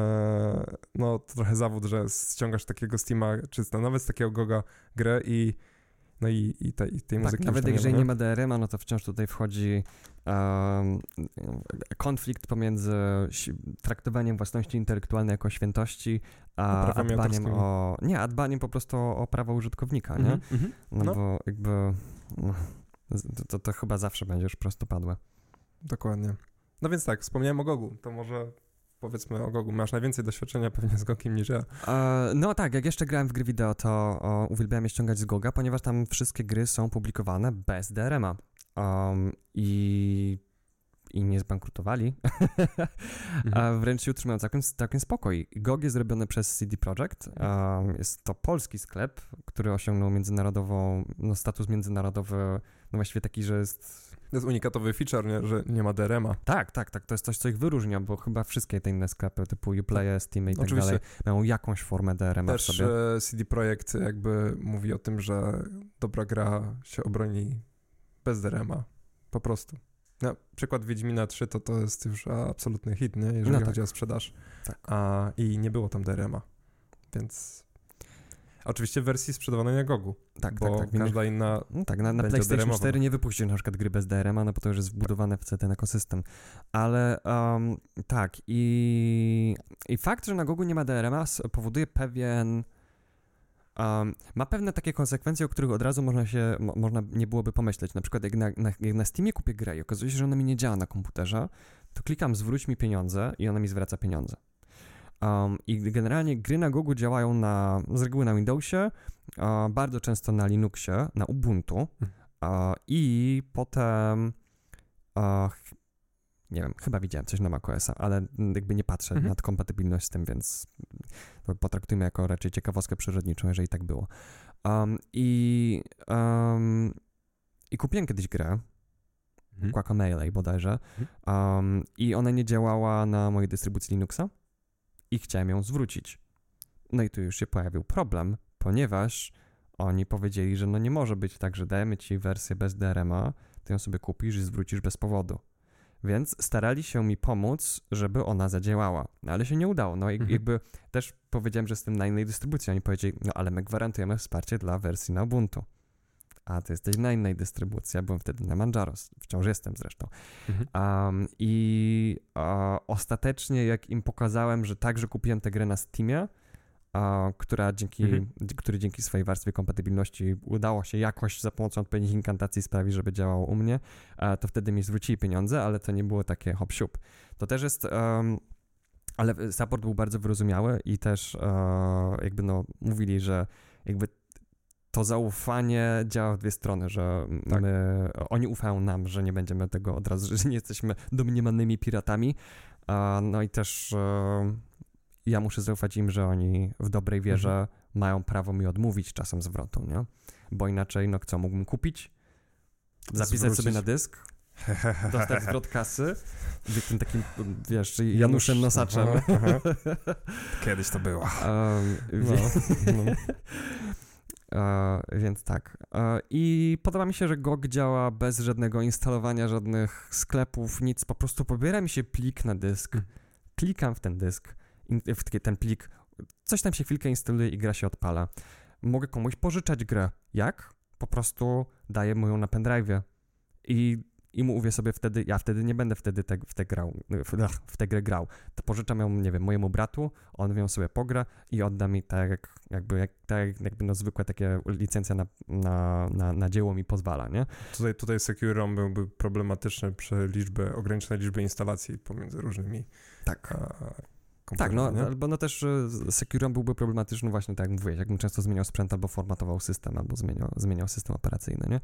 e, no to trochę zawód, że ściągasz takiego Steama, czy nawet z takiego Goga grę i no i, i, te, i tej tak, muzyki nawet już jeżeli nie, nie ma D R M-a, no to wciąż tutaj wchodzi um, konflikt pomiędzy traktowaniem własności intelektualnej jako świętości, a, a dbaniem o... Nie, a dbaniem po prostu o, o prawo użytkownika, nie? Mm-hmm, no, no bo jakby no, to, to chyba zawsze będzie już prostopadłe. Dokładnie. No więc tak, wspomniałem o Gogu, to może... Powiedzmy o Gogu, masz najwięcej doświadczenia pewnie z Gogiem niż ja. E, no tak, jak jeszcze grałem w gry wideo, to o, uwielbiałem je ściągać z Goga, ponieważ tam wszystkie gry są publikowane bez D R M-a. Um, i, I nie zbankrutowali. mhm. A wręcz się utrzymają całkiem, całkiem spokój. G O G jest zrobiony przez C D Projekt. Um, jest to polski sklep, który osiągnął międzynarodową, no, status międzynarodowy, no właściwie taki, że jest... To jest unikatowy feature, nie? Że nie ma D R M-a. Tak, tak, tak. To jest coś, co ich wyróżnia, bo chyba wszystkie te inne sklepy typu Uplay, Steam i tak Oczywiście. dalej mają jakąś formę D R M-a też w sobie. Też C D Projekt jakby mówi o tym, że dobra gra się obroni bez D R M-a. Po prostu. No, przykład Wiedźmina trzy to to jest już absolutny hit, nie? Jeżeli no tak. chodzi o sprzedaż. Tak. A, I nie było tam D R M-a. Więc... Oczywiście w wersji sprzedawanej na Gogu, tak, bo tak, tak. każda inna no tak, na, na PlayStation cztery nie wypuści na przykład gry bez D R M-a, no bo to już jest wbudowane w cały ten ekosystem. Ale um, tak i, i fakt, że na Gogu nie ma D R M-a powoduje pewien um, ma pewne takie konsekwencje, o których od razu można się, mo, można nie byłoby pomyśleć. Na przykład jak na, na, jak na Steamie kupię grę i okazuje się, że ona mi nie działa na komputerze, to klikam zwróć mi pieniądze i ona mi zwraca pieniądze. Um, I generalnie gry na Gogu działają na, z reguły na Windowsie, uh, bardzo często na Linuxie, na Ubuntu uh, i potem uh, nie wiem, chyba widziałem coś na macOSa, ale jakby nie patrzę mhm. nad kompatybilność z tym, więc potraktujmy jako raczej ciekawostkę przyrodniczą, jeżeli tak było. Um, i, um, I kupiłem kiedyś grę, mhm. Guacamelee bodajże, mhm. um, i ona nie działała na mojej dystrybucji Linuxa i chciałem ją zwrócić. No i tu już się pojawił problem, ponieważ oni powiedzieli, że no nie może być tak, że dajemy ci wersję bez D R M-a, ty ją sobie kupisz i zwrócisz bez powodu. Więc starali się mi pomóc, żeby ona zadziałała, no, ale się nie udało. No i mhm. jakby też powiedziałem, że jestem na innej dystrybucji. Oni powiedzieli, no ale my gwarantujemy wsparcie dla wersji na Ubuntu. A ty jesteś na innej dystrybucji, ja byłem wtedy na Manjaro, wciąż jestem zresztą. Mhm. Um, I uh, ostatecznie jak im pokazałem, że także kupiłem tę grę na Steamie, uh, która dzięki, mhm. który dzięki swojej warstwie kompatybilności udało się jakoś za pomocą odpowiednich inkantacji sprawić, żeby działało u mnie, uh, to wtedy mi zwrócili pieniądze, ale to nie było takie hop siup. To też jest... Um, ale support był bardzo wyrozumiały i też uh, jakby no mówili, że jakby to zaufanie działa w dwie strony, że tak. my, oni ufają nam, że nie będziemy tego od razu, że nie jesteśmy domniemanymi piratami, uh, no i też uh, ja muszę zaufać im, że oni w dobrej wierze mhm. mają prawo mi odmówić czasem zwrotu, nie? Bo inaczej, no co, mógłbym kupić, zapisać Zwrócić. sobie na dysk, dostać zwrot kasy, tym takim, wiesz, Januszem Nosaczem. Aha, aha. Kiedyś to było. Um, no, no. Uh, więc tak. Uh, I podoba mi się, że G O G działa bez żadnego instalowania, żadnych sklepów, nic. Po prostu pobiera mi się plik na dysk, mm. klikam w ten dysk, in, w ten plik, coś tam się chwilkę instaluje i gra się odpala. Mogę komuś pożyczać grę. Jak? Po prostu daję mu ją na pendrive'ie i i mówię sobie wtedy, ja wtedy nie będę wtedy te, w, tę grał, w, w tę grę grał. To pożyczam ją, nie wiem, mojemu bratu, on ją sobie pogra i odda mi tak jak, jakby, jak, tak jakby no zwykłe takie licencja na, na, na, na dzieło mi pozwala, nie? Tutaj, tutaj Secure ROM byłby problematyczny przy liczbie, ograniczonej liczbie instalacji pomiędzy różnymi tak. a, Tak, no, nie? albo no też Secure ROM byłby problematyczny właśnie tak jak mówiłeś, jakbym często zmieniał sprzęt albo formatował system, albo zmieniał, zmieniał system operacyjny, nie?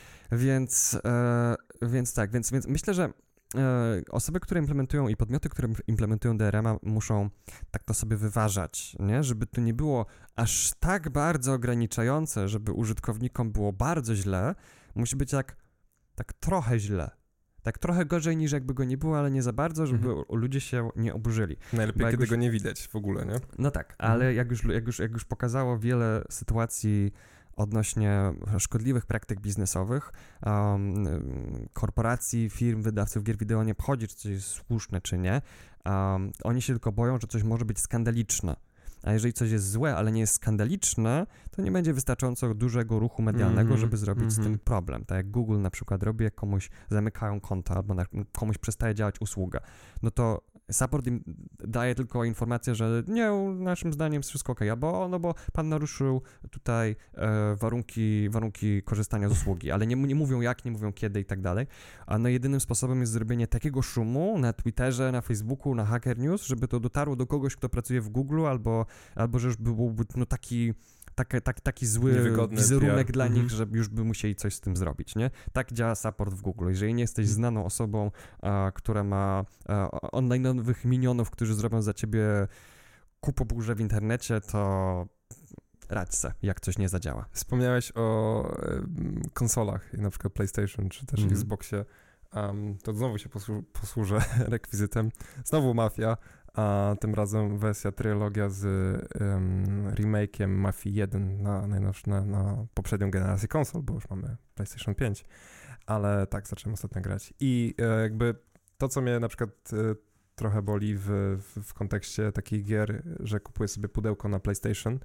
Więc, e, więc tak, więc, więc myślę, że e, osoby, które implementują i podmioty, które implementują D R M-a muszą tak to sobie wyważać, nie? Żeby to nie było aż tak bardzo ograniczające, żeby użytkownikom było bardzo źle, musi być tak, tak trochę źle. Tak trochę gorzej niż jakby go nie było, ale nie za bardzo, żeby mhm. ludzie się nie oburzyli. Najlepiej, kiedy już... go nie widać w ogóle, nie? No tak, mhm. ale jak już, jak, już, jak już pokazało wiele sytuacji odnośnie szkodliwych praktyk biznesowych, um, korporacji, firm, wydawców gier wideo nie obchodzi, czy coś jest słuszne, czy nie. Um, oni się tylko boją, że coś może być skandaliczne. A jeżeli coś jest złe, ale nie jest skandaliczne, to nie będzie wystarczająco dużego ruchu medialnego, mm-hmm, żeby zrobić mm-hmm. z tym problem. Tak jak Google na przykład robi, jak komuś zamykają konta albo na, komuś przestaje działać usługa, no to support im daje tylko informację, że nie, naszym zdaniem jest wszystko okej, albo no bo pan naruszył tutaj e, warunki, warunki korzystania z usługi, ale nie, nie mówią jak, nie mówią kiedy i tak dalej. A no jedynym sposobem jest zrobienie takiego szumu na Twitterze, na Facebooku, na Hacker News, żeby to dotarło do kogoś, kto pracuje w Google, albo, albo że już byłby no taki Taki, taki, taki zły wizerunek P R dla nich, mm-hmm. że już by musieli coś z tym zrobić, nie? Tak działa support w Google. Jeżeli nie jesteś znaną osobą, a, która ma online'owych minionów, którzy zrobią za ciebie kupoburzę w internecie, to radź se, jak coś nie zadziała. Wspomniałeś o y, konsolach, na przykład PlayStation czy też mm-hmm. Xboxie. Um, to znowu się posłu- posłużę rekwizytem. Znowu Mafia. A tym razem wersja trylogia z um, remake'iem Mafii jeden na, na, na poprzednią generację konsol, bo już mamy PlayStation pięć, ale tak, zacząłem ostatnio grać. I e, jakby to, co mnie na przykład e, trochę boli w, w, w kontekście takich gier, że kupuję sobie pudełko na PlayStation,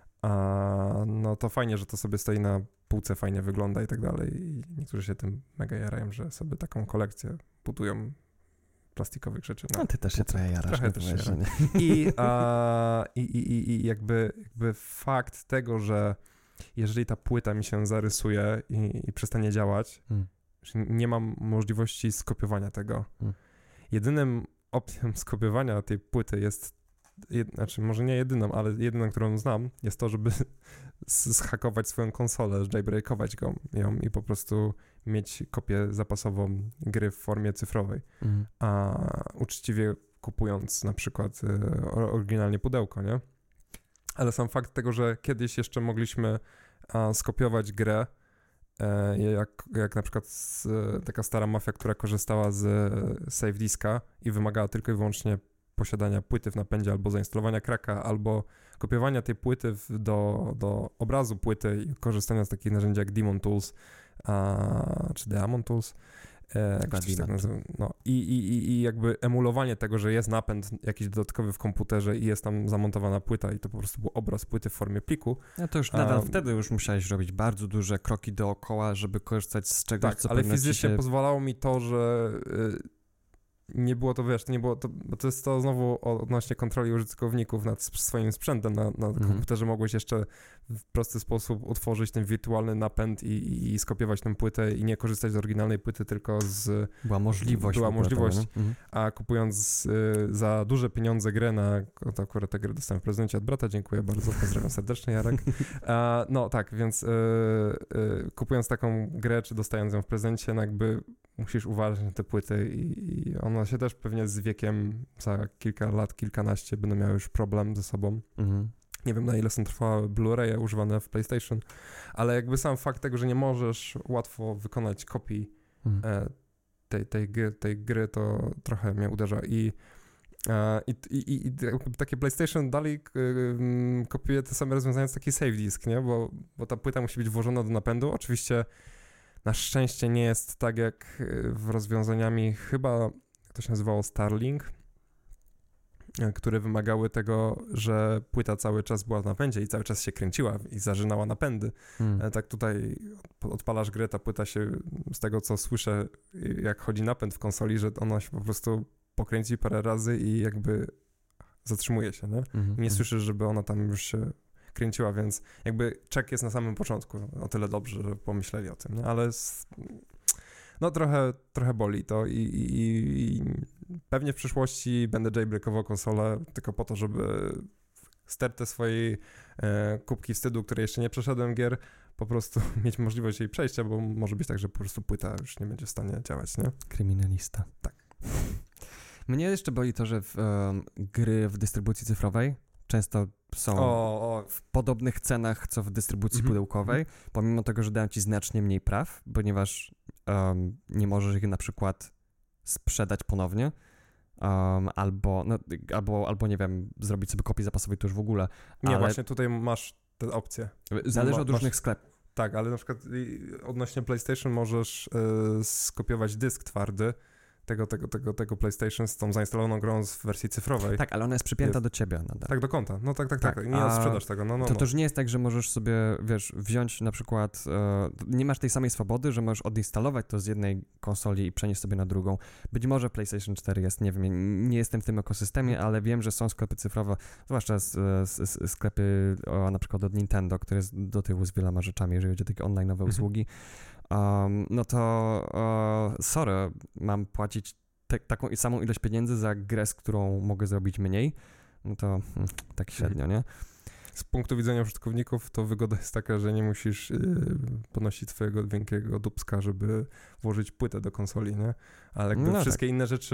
a, no to fajnie, że to sobie stoi na półce, fajnie wygląda i tak dalej. I niektórzy się tym mega jarają, że sobie taką kolekcję budują plastikowych rzeczy. No ty też się trochę jarasz. Trochę też się jaram. I, a, i, i, I jakby, jakby fakt tego, że jeżeli ta płyta mi się zarysuje i, i przestanie działać, hmm. że nie mam możliwości skopiowania tego. Hmm. Jedynym opcją skopiowania tej płyty jest, jed, znaczy może nie jedyną, ale jedyną, którą znam, jest to, żeby zhakować swoją konsolę, jailbreakować go, ją i po prostu mieć kopię zapasową gry w formie cyfrowej. Mhm. A uczciwie kupując na przykład y, oryginalnie pudełko, nie? Ale sam fakt tego, że kiedyś jeszcze mogliśmy a, skopiować grę, e, jak, jak na przykład z, taka stara mafia, która korzystała z save diska i wymagała tylko i wyłącznie posiadania płyty w napędzie albo zainstalowania kraka, albo kopiowania tej płyty w, do, do obrazu płyty i korzystania z takich narzędzi jak Demon Tools, a, czy Demon Tools, e, jak się tak nazywa, no i, i, i jakby emulowanie tego, że jest napęd jakiś dodatkowy w komputerze i jest tam zamontowana płyta i to po prostu był obraz płyty w formie pliku. No to już nadal um, wtedy już musiałeś robić bardzo duże kroki dookoła, żeby korzystać z czegoś, tak, co ale fizycznie się... pozwalało mi to, że y, nie było to, wiesz, to nie było to, bo to jest to znowu odnośnie kontroli użytkowników nad swoim sprzętem na, na mm. komputerze. Mogłeś jeszcze w prosty sposób utworzyć ten wirtualny napęd i, i, i skopiować tę płytę i nie korzystać z oryginalnej płyty, tylko z... Była możliwość. Była możliwość, tego, mm. a kupując y, za duże pieniądze grę na... To akurat tę grę dostałem w prezencie od brata, dziękuję bardzo, pozdrawiam serdecznie, Jarek. A, no tak, więc y, y, kupując taką grę, czy dostając ją w prezencie, no jakby musisz uważać na te płyty i, i one się też pewnie z wiekiem, za kilka lat, kilkanaście będą miały już problem ze sobą. Mhm. Nie wiem, na ile są trwałe Blu-raye używane w PlayStation, ale jakby sam fakt tego, że nie możesz łatwo wykonać kopii mhm. e, tej, tej, gry, tej gry, to trochę mnie uderza i e, i, i, i takie PlayStation dalej y, kopiuje te same rozwiązania z taki save disk, nie? Bo, bo ta płyta musi być włożona do napędu. Oczywiście na szczęście nie jest tak jak w rozwiązaniami, chyba to się nazywało Starlink, które wymagały tego, że płyta cały czas była w napędzie i cały czas się kręciła i zażynała napędy. Hmm. Tak tutaj odpalasz grę, ta płyta się, z tego co słyszę, jak chodzi napęd w konsoli, że ona się po prostu pokręci parę razy i jakby zatrzymuje się, nie? Hmm. I nie słyszysz, żeby ona tam już się kręciła, więc jakby check jest na samym początku. O tyle dobrze, że pomyśleli o tym, nie? Ale z, no trochę, trochę boli to i, i, i pewnie w przyszłości będę jailbreakował konsolę tylko po to, żeby stertę swojej e, kubki wstydu, której jeszcze nie przeszedłem gier, po prostu mieć możliwość jej przejścia, bo może być tak, że po prostu płyta już nie będzie w stanie działać, nie? Kryminalista. Tak. Mnie jeszcze boli to, że w, um, gry w dystrybucji cyfrowej często są o, o. w podobnych cenach, co w dystrybucji mm-hmm. pudełkowej, mm-hmm. pomimo tego, że dają ci znacznie mniej praw, ponieważ um, nie możesz ich na przykład sprzedać ponownie, um, albo, no, albo, albo, nie wiem, zrobić sobie kopię zapasowej to już w ogóle. Nie, ale... właśnie tutaj masz tę opcję. Zależy Ma, od różnych masz... sklepów. Tak, ale na przykład odnośnie PlayStation możesz y, skopiować dysk twardy tego, tego, tego, tego PlayStation z tą zainstalowaną grą w wersji cyfrowej. Tak, ale ona jest przypięta jest. do ciebie nadal. Tak, do konta. No tak, tak, tak. tak. Nie A sprzedasz tego. No, no, to no. też nie jest tak, że możesz sobie, wiesz, wziąć na przykład, e, nie masz tej samej swobody, że możesz odinstalować to z jednej konsoli i przenieść sobie na drugą. Być może PlayStation cztery jest, nie wiem, nie jestem w tym ekosystemie, ale wiem, że są sklepy cyfrowe, zwłaszcza z, z, z sklepy o, na przykład od Nintendo, które jest do tyłu z wieloma rzeczami, jeżeli chodzi o takie online nowe usługi. Um, no to uh, sorry, mam płacić te, taką samą ilość pieniędzy za grę, z którą mogę zrobić mniej, no to hmm, tak średnio, nie? Z punktu widzenia użytkowników to wygoda jest taka, że nie musisz yy, ponosić twojego wielkiego dupska, żeby włożyć płytę do konsoli, nie? Ale jakby no wszystkie tak. inne rzeczy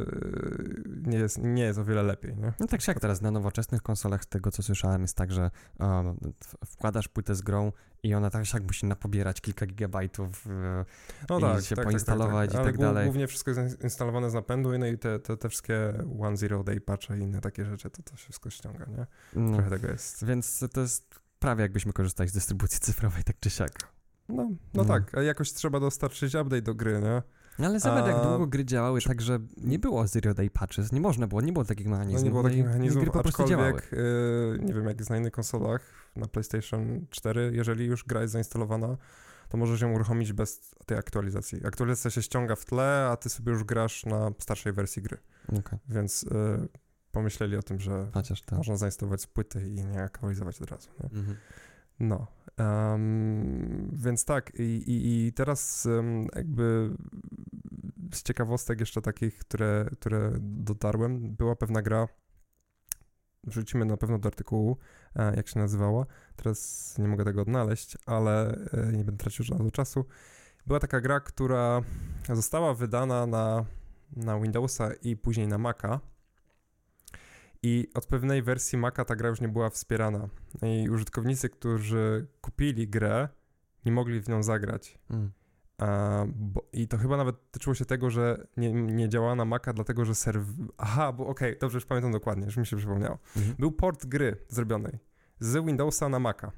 yy, nie, jest, nie jest o wiele lepiej, nie? No tak jak teraz na nowoczesnych konsolach, z tego co słyszałem, jest tak, że um, wkładasz płytę z grą i ona tak jak musi napobierać kilka gigabajtów yy, no i tak, się tak, poinstalować tak, tak, tak. i tak dalej. Głównie wszystko jest instalowane z napędu no i te, te, te wszystkie One Zero Day patche i inne takie rzeczy, to to wszystko ściąga, nie? No. Trochę tego jest. Więc to jest prawie jakbyśmy korzystali z dystrybucji cyfrowej, tak czy siak. No, no, no. tak, a jakoś trzeba dostarczyć update do gry, nie? No ale zobacz, jak długo gry działały, czy... tak, że nie było Zero Day Patches, nie można było, nie było takich mechanizmów. No nie było takich mechanizmów, gry po prostu działały. Yy, nie wiem, jak jest na innych konsolach, na PlayStation cztery, jeżeli już gra jest zainstalowana, to możesz ją uruchomić bez tej aktualizacji. Aktualizacja się ściąga w tle, a ty sobie już grasz na starszej wersji gry. Okay. Więc y, pomyśleli o tym, że Chociaż tak. można zainstalować z płyty i nie aktualizować od razu. Nie? Mhm. No, um, więc tak i, i, i teraz um, jakby z ciekawostek jeszcze takich, które, które dotarłem, była pewna gra, wrzucimy na pewno do artykułu, e, jak się nazywała, teraz nie mogę tego odnaleźć, ale e, nie będę tracił żadnego czasu. Była taka gra, która została wydana na, na Windowsa i później na Maca. I od pewnej wersji Maca ta gra już nie była wspierana. I użytkownicy, którzy kupili grę, nie mogli w nią zagrać. Mm. A, bo, I to chyba nawet tyczyło się tego, że nie, nie działała na Maca, dlatego że serw... Aha, bo okej, okay, dobrze, już pamiętam dokładnie, już mi się przypomniało. Mm-hmm. Był port gry zrobionej z Windowsa na Maca.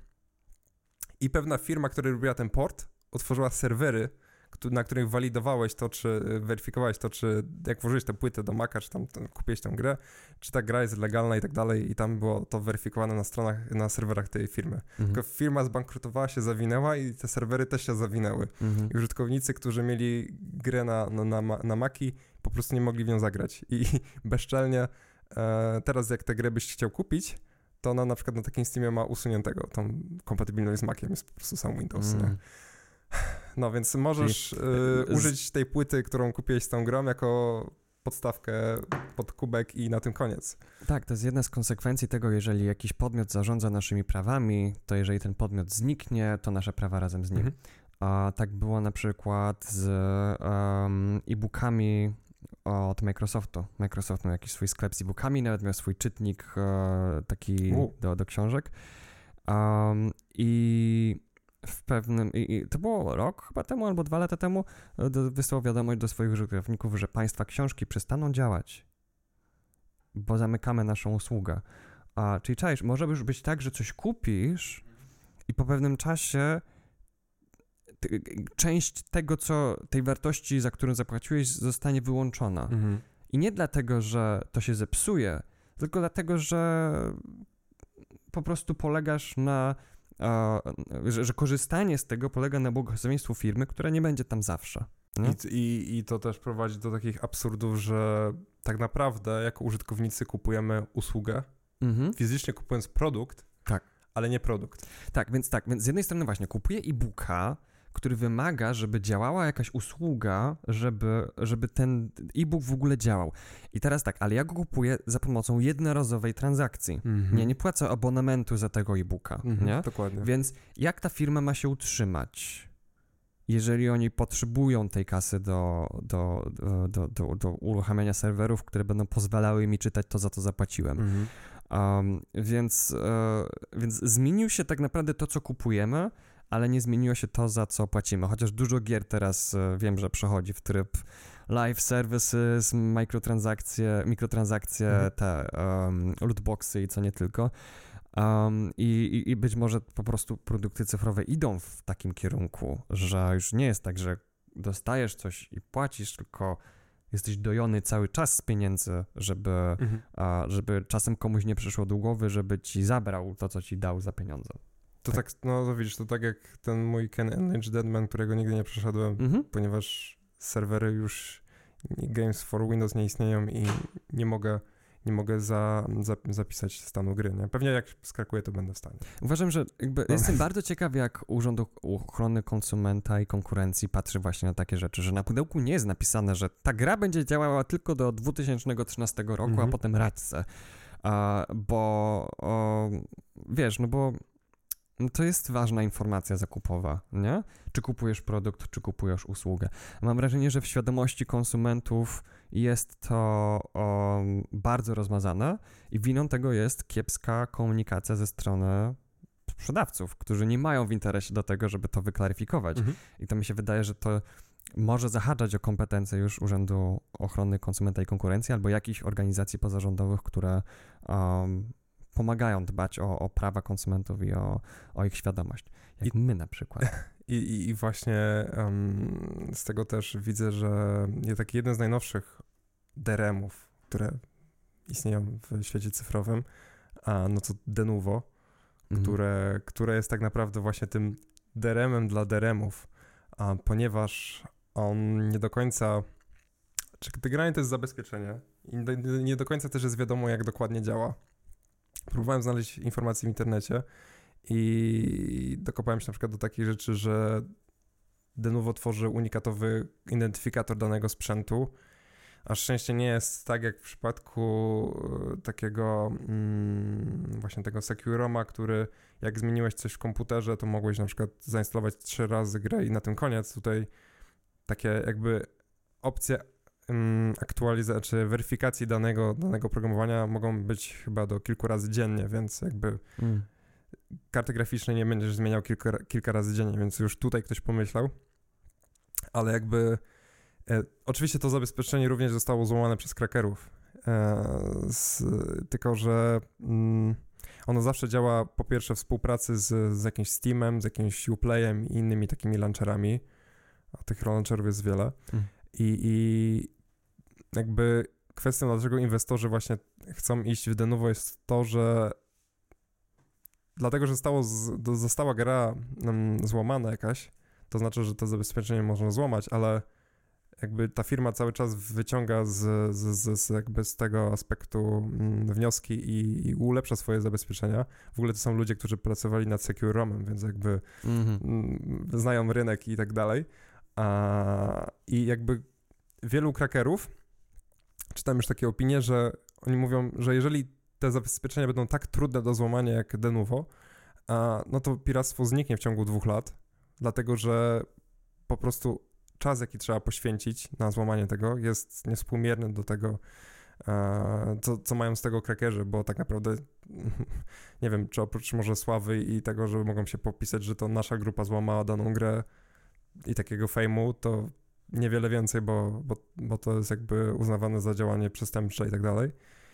I pewna firma, która robiła ten port, otworzyła serwery, na których walidowałeś to, czy weryfikowałeś to, czy jak włożyłeś tę płytę do Maca, czy tam kupiłeś tę grę, czy ta gra jest legalna i tak dalej i tam było to weryfikowane na stronach, na serwerach tej firmy. Mhm. Tylko firma zbankrutowała się, zawinęła i te serwery też się zawinęły. Mhm. I użytkownicy, którzy mieli grę na, na, na, na Maki, po prostu nie mogli w nią zagrać. I bezczelnie e, teraz jak tę grę byś chciał kupić, to ona na przykład na takim Steamie ma usuniętego tą kompatybilność z Maciem, jest po prostu sam Windows, mhm. nie? No więc możesz y, użyć tej płyty, którą kupiłeś z tą grą, jako podstawkę pod kubek i na tym koniec. Tak, to jest jedna z konsekwencji tego, jeżeli jakiś podmiot zarządza naszymi prawami, to jeżeli ten podmiot zniknie, to nasze prawa razem z nim. Mhm. A tak było na przykład z um, e-bookami od Microsoftu. Microsoft miał jakiś swój sklep z e-bookami, nawet miał swój czytnik e, taki do, do książek. Um, I w pewnym, i, i to było rok chyba temu, albo dwa lata temu, do, wysłał wiadomość do swoich użytkowników, że państwa książki przestaną działać, bo zamykamy naszą usługę. A, czyli czaisz, może już być tak, że coś kupisz i po pewnym czasie t, część tego, co, tej wartości, za którą zapłaciłeś, zostanie wyłączona. Mhm. I nie dlatego, że to się zepsuje, tylko dlatego, że po prostu polegasz na Uh, że, że korzystanie z tego polega na błogosławieństwu firmy, która nie będzie tam zawsze. I, i, I to też prowadzi do takich absurdów, że tak naprawdę jako użytkownicy kupujemy usługę, mm-hmm. fizycznie kupując produkt, tak. ale nie produkt. Tak, więc tak, więc z jednej strony właśnie kupuję e-booka, który wymaga, żeby działała jakaś usługa, żeby, żeby ten e-book w ogóle działał. I teraz tak, ale ja go kupuję za pomocą jednorazowej transakcji. Mm-hmm. Nie, nie płacę abonamentu za tego e-booka, mm-hmm, nie? Dokładnie. Więc jak ta firma ma się utrzymać, jeżeli oni potrzebują tej kasy do, do, do, do, do, do uruchamiania serwerów, które będą pozwalały mi czytać to, za to zapłaciłem. Mm-hmm. Um, więc, uh, więc zmienił się tak naprawdę to, co kupujemy, ale nie zmieniło się to, za co płacimy. Chociaż dużo gier teraz e, wiem, że przechodzi w tryb live services, mikrotransakcje, mikrotransakcje mhm. te um, lootboxy i co nie tylko. Um, i, I być może po prostu produkty cyfrowe idą w takim kierunku, że już nie jest tak, że dostajesz coś i płacisz, tylko jesteś dojony cały czas z pieniędzy, żeby, mhm. a, żeby czasem komuś nie przyszło do głowy, żeby ci zabrał to, co ci dał za pieniądze. To tak, no to widzisz, to tak jak ten mój Ken Enage Deadman, którego nigdy nie przeszedłem, mm-hmm. ponieważ serwery już Games for Windows nie istnieją i nie mogę, nie mogę za, za, zapisać stanu gry, nie? Pewnie jak skrakuję, to będę w stanie. Uważam, że jakby no. jestem bardzo ciekaw, jak Urząd Ochrony Konsumenta i Konkurencji patrzy właśnie na takie rzeczy, że na pudełku nie jest napisane, że ta gra będzie działała tylko do dwa tysiące trzynastego roku, mm-hmm. a potem radźce. Uh, bo o, wiesz, no bo no to jest ważna informacja zakupowa, nie? Czy kupujesz produkt, czy kupujesz usługę. Mam wrażenie, że w świadomości konsumentów jest to o, bardzo rozmazane i winą tego jest kiepska komunikacja ze strony sprzedawców, którzy nie mają w interesie do tego, żeby to wyklaryfikować. Mhm. I to mi się wydaje, że to może zahaczać o kompetencje już Urzędu Ochrony Konsumenta i Konkurencji albo jakichś organizacji pozarządowych, które um, pomagają dbać o, o prawa konsumentów i o, o ich świadomość. Jak I, my na przykład. I, i, i właśnie um, z tego też widzę, że taki jeden z najnowszych D R M-ów, które istnieją w świecie cyfrowym, a no to Denuvo, mm. które, które jest tak naprawdę właśnie tym D R M-em dla D R M-ów, a, ponieważ on nie do końca, czy generalnie to jest zabezpieczenie i nie do końca też jest wiadomo, jak dokładnie działa. Próbowałem znaleźć informacje w internecie i dokopałem się na przykład do takiej rzeczy, że Denuvo tworzy unikatowy identyfikator danego sprzętu, a szczęście nie jest tak jak w przypadku takiego mm, właśnie tego Securoma, który jak zmieniłeś coś w komputerze, to mogłeś na przykład zainstalować trzy razy grę i na tym koniec. Tutaj takie jakby opcje um, aktualizacji, czy weryfikacji danego, danego programowania mogą być chyba do kilku razy dziennie, więc jakby mm. karty graficznej nie będziesz zmieniał kilka, kilka razy dziennie, więc już tutaj ktoś pomyślał, ale jakby e, oczywiście to zabezpieczenie również zostało złamane przez krakerów, e, z, tylko że mm, ono zawsze działa po pierwsze w współpracy z, z jakimś Steamem, z jakimś Uplayem i innymi takimi launcherami, a tych launcherów jest wiele mm. I, i jakby kwestią, dlaczego inwestorzy właśnie chcą iść w Denuvo jest to, że dlatego, że zostało z, do, została gra um, złamana jakaś, to znaczy, że to zabezpieczenie można złamać, ale jakby ta firma cały czas wyciąga z, z, z, z jakby z tego aspektu mm, wnioski i, i ulepsza swoje zabezpieczenia. W ogóle to są ludzie, którzy pracowali nad Secure ROMem, więc jakby mm-hmm. mm, znają rynek i tak dalej. A, i jakby wielu krakerów, czytam już takie opinie, że oni mówią, że jeżeli te zabezpieczenia będą tak trudne do złamania jak Denuvo, a, no to piractwo zniknie w ciągu dwóch lat, dlatego że po prostu czas, jaki trzeba poświęcić na złamanie tego, jest niewspółmierny do tego, e, co, co mają z tego krakerzy, bo tak naprawdę nie wiem, czy oprócz może sławy i tego, że mogą się popisać, że to nasza grupa złamała daną grę i takiego fejmu, to niewiele więcej, bo, bo, bo to jest jakby uznawane za działanie przestępcze i tak dalej.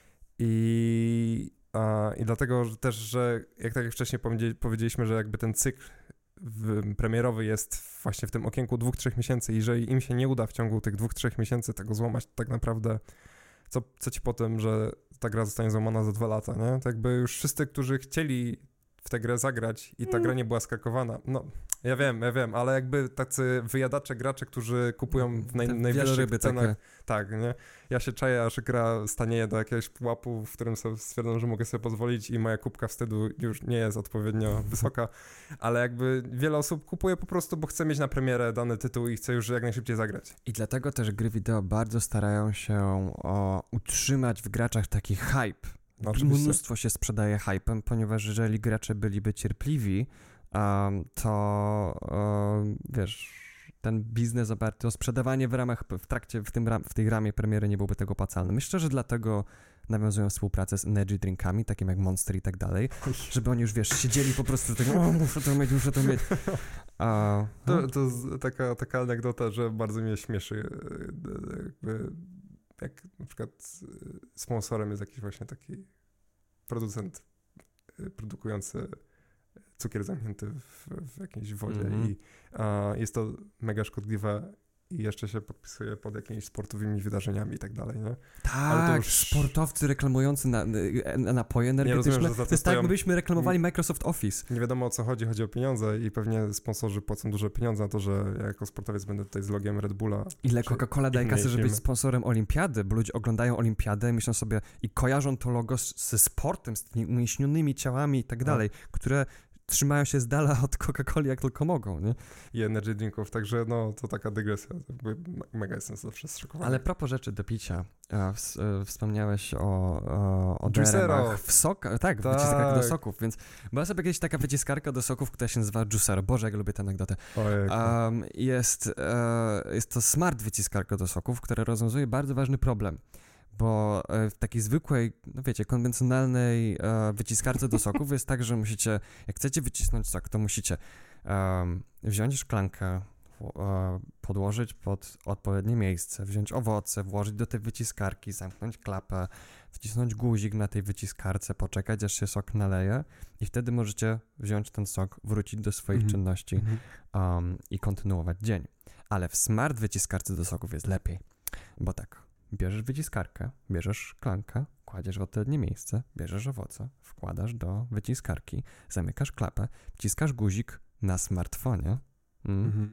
I, a, i dlatego że też, że jak tak jak wcześniej powiedzieliśmy, że jakby ten cykl w, premierowy jest właśnie w tym okienku dwóch, trzech miesięcy. Jeżeli im się nie uda w ciągu tych dwóch, trzech miesięcy tego złamać, to tak naprawdę co, co ci po tym, że ta gra zostanie złamana za dwa lata, nie? To jakby już wszyscy, którzy chcieli w tę grę zagrać i ta gra nie była skakowana, no ja wiem, ja wiem, ale jakby tacy wyjadacze gracze, którzy kupują w naj, najwyższych cenach, takie. Tak, nie? Ja się czaję, aż gra stanieje do jakiegoś pułapu, w którym sobie stwierdzam, że mogę sobie pozwolić i moja kubka wstydu już nie jest odpowiednio wysoka, ale jakby wiele osób kupuje po prostu, bo chce mieć na premierę dany tytuł i chce już jak najszybciej zagrać. I dlatego też gry wideo bardzo starają się o, utrzymać w graczach taki hype. No, mnóstwo się sprzedaje hypem, ponieważ jeżeli gracze byliby cierpliwi, um, to um, wiesz, ten biznes oparty o sprzedawanie w ramach, w trakcie, w, tym, w tej ramie premiery nie byłby tego opłacalny. Myślę, że dlatego nawiązują współpracę z energy drinkami, takim jak Monster i tak dalej, żeby oni już, wiesz, siedzieli po prostu tak, o, muszę to mieć, muszę to mieć. A, to, to jest taka, taka anegdota, że bardzo mnie śmieszy, jakby jak na przykład sponsorem jest jakiś właśnie taki producent produkujący cukier zamknięty w, w jakiejś wodzie mm-hmm. i a, jest to mega szkodliwe i jeszcze się podpisuje pod jakimiś sportowymi wydarzeniami i tak dalej, nie? Tak, ale to już... sportowcy reklamujący na, na napoje energetyczne. Nie rozumiem, że to jest tak, jakbyśmy reklamowali Microsoft Office. Nie wiadomo o co chodzi, chodzi o pieniądze i pewnie sponsorzy płacą duże pieniądze na to, że ja jako sportowiec będę tutaj z logiem Red Bulla. Ile Coca-Cola daje kasy, żeby być sponsorem olimpiady, bo ludzie oglądają olimpiadę i myślą sobie i kojarzą to logo z, ze sportem, z tymi umięśnionymi ciałami i tak dalej, które trzymają się z dala od Coca-Coli jak tylko mogą, nie? I energy drinków, także no to taka dygresja, mega jestem zawsze zszokowany. Ale propos rzeczy do picia, wspomniałeś o, o, o D R M-ach w sok, tak, tak. wyciskarka do soków, więc była sobie kiedyś taka wyciskarka do soków, która się nazywa Juicero. Boże, jak lubię tę anegdotę. Um, jest, e, jest to smart wyciskarka do soków, która rozwiązuje bardzo ważny problem. Bo w takiej zwykłej, no wiecie, konwencjonalnej e, wyciskarce do soków jest tak, że musicie, jak chcecie wycisnąć sok, to musicie um, wziąć szklankę, e, podłożyć pod odpowiednie miejsce, wziąć owoce, włożyć do tej wyciskarki, zamknąć klapę, wcisnąć guzik na tej wyciskarce, poczekać, aż się sok naleje i wtedy możecie wziąć ten sok, wrócić do swoich mm-hmm. czynności um, i kontynuować dzień. Ale w smart wyciskarce do soków jest lepiej, bo tak, bierzesz wyciskarkę, bierzesz szklankę, kładziesz w odpowiednie miejsce, bierzesz owoce, wkładasz do wyciskarki, zamykasz klapę, wciskasz guzik, na smartfonie. Mm. Mhm.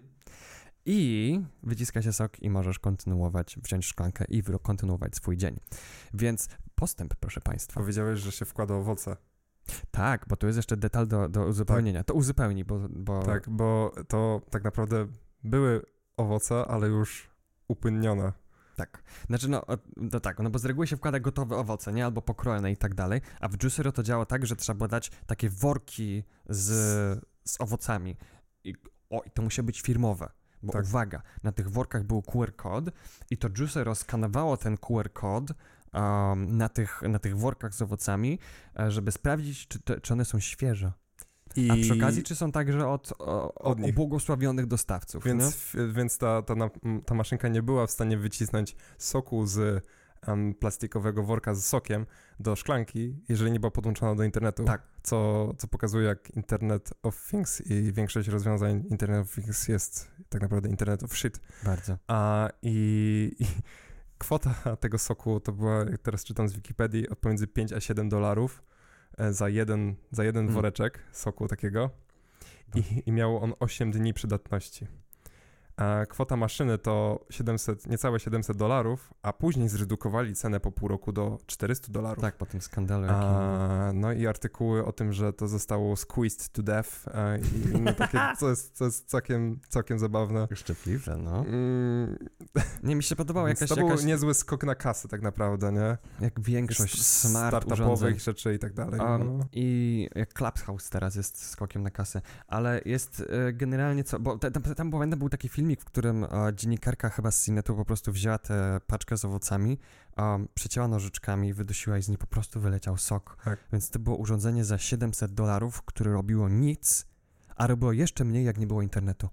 I wyciska się sok i możesz kontynuować, wziąć szklankę i kontynuować swój dzień. Więc postęp, proszę Państwa. Powiedziałeś, że się wkłada owoce. Tak, bo tu jest jeszcze detal do, do uzupełnienia. Tak. To uzupełni, bo, bo... Tak, bo to tak naprawdę były owoce, ale już upłynnione. Tak. Znaczy, no, no tak, no bo z reguły się wkłada gotowe owoce, nie? Albo pokrojone i tak dalej, a w Juicero to działa tak, że trzeba było dać takie worki z, z owocami. I, o, i to musi być firmowe. Bo tak. Uwaga, na tych workach był Q R kod i to Juicero skanowało ten Q R kod um, na, tych, na tych workach z owocami, żeby sprawdzić, czy, te, czy one są świeże. I... A przy okazji, czy są także od, o, od błogosławionych dostawców. Więc, więc ta, ta, ta maszynka nie była w stanie wycisnąć soku z um, plastikowego worka z sokiem do szklanki, jeżeli nie była podłączona do internetu. Tak. Co, co pokazuje, jak Internet of Things i większość rozwiązań Internet of Things jest tak naprawdę Internet of Shit. Bardzo. A, i, i kwota tego soku to była, jak teraz czytam z Wikipedii, od pomiędzy pięć a siedem dolarów za jeden, za jeden hmm. woreczek soku takiego i, i miało on osiem dni przydatności. A kwota maszyny to siedemset, niecałe siedemset dolarów, a później zredukowali cenę po pół roku do czterysta dolarów. Tak, po tym skandalu. A, no i artykuły o tym, że to zostało squeezed to death a, i inne takie, co jest, co jest całkiem, całkiem zabawne. Szczęśliwe, no. Mm. Nie, mi się podobało jakaś... To był jakaś... niezły skok na kasę tak naprawdę, nie? Jak większość smart startupowych rzeczy i tak dalej. Um, no. I jak Clubhouse teraz jest skokiem na kasę, ale jest y, generalnie co... Bo tam, tam pamiętam, był taki filmik, w którym e, dziennikarka chyba z Cinetu po prostu wzięła tę paczkę z owocami, e, przecięła nożyczkami, wydusiła i z niej po prostu wyleciał sok. Tak. Więc to było urządzenie za siedemset dolarów, które robiło nic, a robiło jeszcze mniej, jak nie było internetu.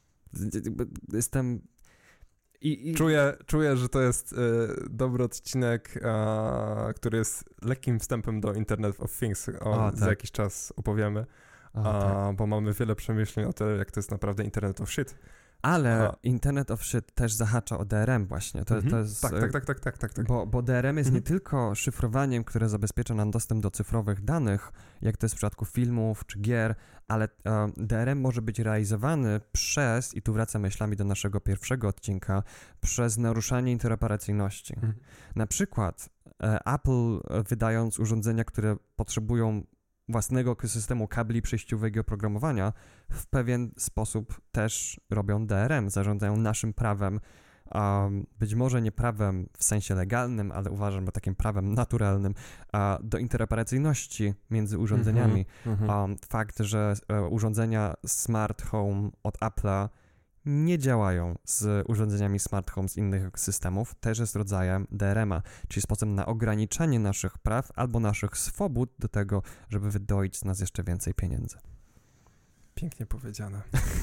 Jestem... I, i... Czuję, czuję, że to jest e, dobry odcinek, e, który jest lekkim wstępem do Internet of Things. O, o, za tak. jakiś czas opowiemy, o, a, tak. bo mamy wiele przemyśleń o tym, jak to jest naprawdę Internet of Shit. Ale A. Internet of Shit też zahacza o D R M właśnie. To, mhm. to jest, tak, tak, tak, tak, tak, tak, tak. Bo, bo D R M jest mhm. nie tylko szyfrowaniem, które zabezpiecza nam dostęp do cyfrowych danych, jak to jest w przypadku filmów czy gier, ale e, D R M może być realizowany przez, i tu wracam myślami do naszego pierwszego odcinka, przez naruszanie interoperacyjności. Mhm. Na przykład e, Apple, wydając urządzenia, które potrzebują własnego systemu kabli przejściowego oprogramowania, w pewien sposób też robią D R M, zarządzają naszym prawem, um, być może nie prawem w sensie legalnym, ale uważam, że takim prawem naturalnym, uh, do interoperacyjności między urządzeniami. Mm-hmm. Um, fakt, że uh, urządzenia Smart Home od Apple'a nie działają z urządzeniami smart home z innych systemów, też jest rodzajem D R M a, czyli sposób na ograniczenie naszych praw albo naszych swobód do tego, żeby wydoić z nas jeszcze więcej pieniędzy. Pięknie powiedziane.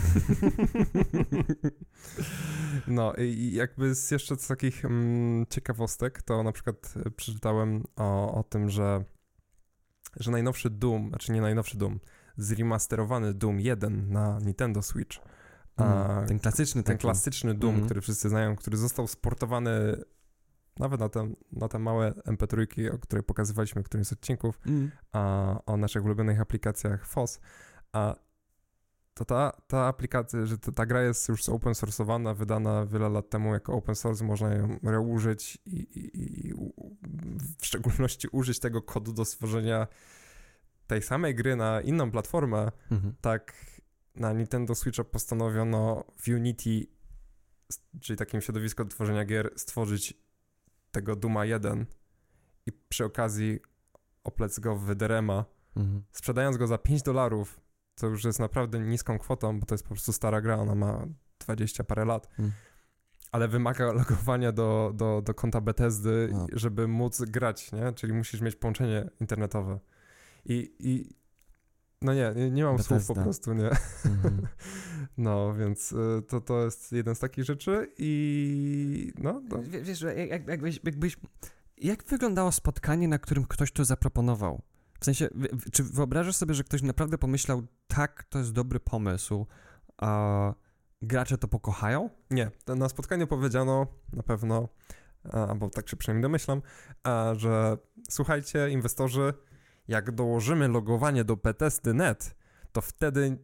No i jakby z jeszcze z takich mm, ciekawostek, to na przykład przeczytałem o, o tym, że, że najnowszy Doom, znaczy nie najnowszy Doom, zremasterowany Doom jeden na Nintendo Switch, A, ten klasyczny ten taki. klasyczny Doom, mm. który wszyscy znają, który został sportowany nawet na te, na te małe em pe trzy, o których pokazywaliśmy w którymś z odcinków, mm. a, o naszych ulubionych aplikacjach F O S. A to ta, ta aplikacja, że ta, ta gra jest już open source'owana, wydana wiele lat temu jako open source, można ją reużyć i, i, i w szczególności użyć tego kodu do stworzenia tej samej gry na inną platformę, mm-hmm. tak na Nintendo Switcha postanowiono w Unity, czyli takim środowisku do tworzenia gier, stworzyć tego Dooma jeden i przy okazji oplec go w D R M a, mhm. sprzedając go za pięć dolarów, co już jest naprawdę niską kwotą, bo to jest po prostu stara gra, ona ma dwadzieścia parę lat, mhm. ale wymaga logowania do, do, do konta Bethesdy, no. żeby móc grać, nie? Czyli musisz mieć połączenie internetowe. I, i no nie, nie, nie mam Bethesda. słów po prostu, nie? Mhm. No, więc y, to, to jest jeden z takich rzeczy i no... no. W, wiesz, jak, jakbyś, jakbyś... Jak wyglądało spotkanie, na którym ktoś to zaproponował? W sensie, w, czy wyobrażasz sobie, że ktoś naprawdę pomyślał, tak, to jest dobry pomysł, a gracze to pokochają? Nie, na spotkaniu powiedziano na pewno, albo tak się przynajmniej domyślam, a, że słuchajcie, inwestorzy, jak dołożymy logowanie do Bethesdy kropka net, to wtedy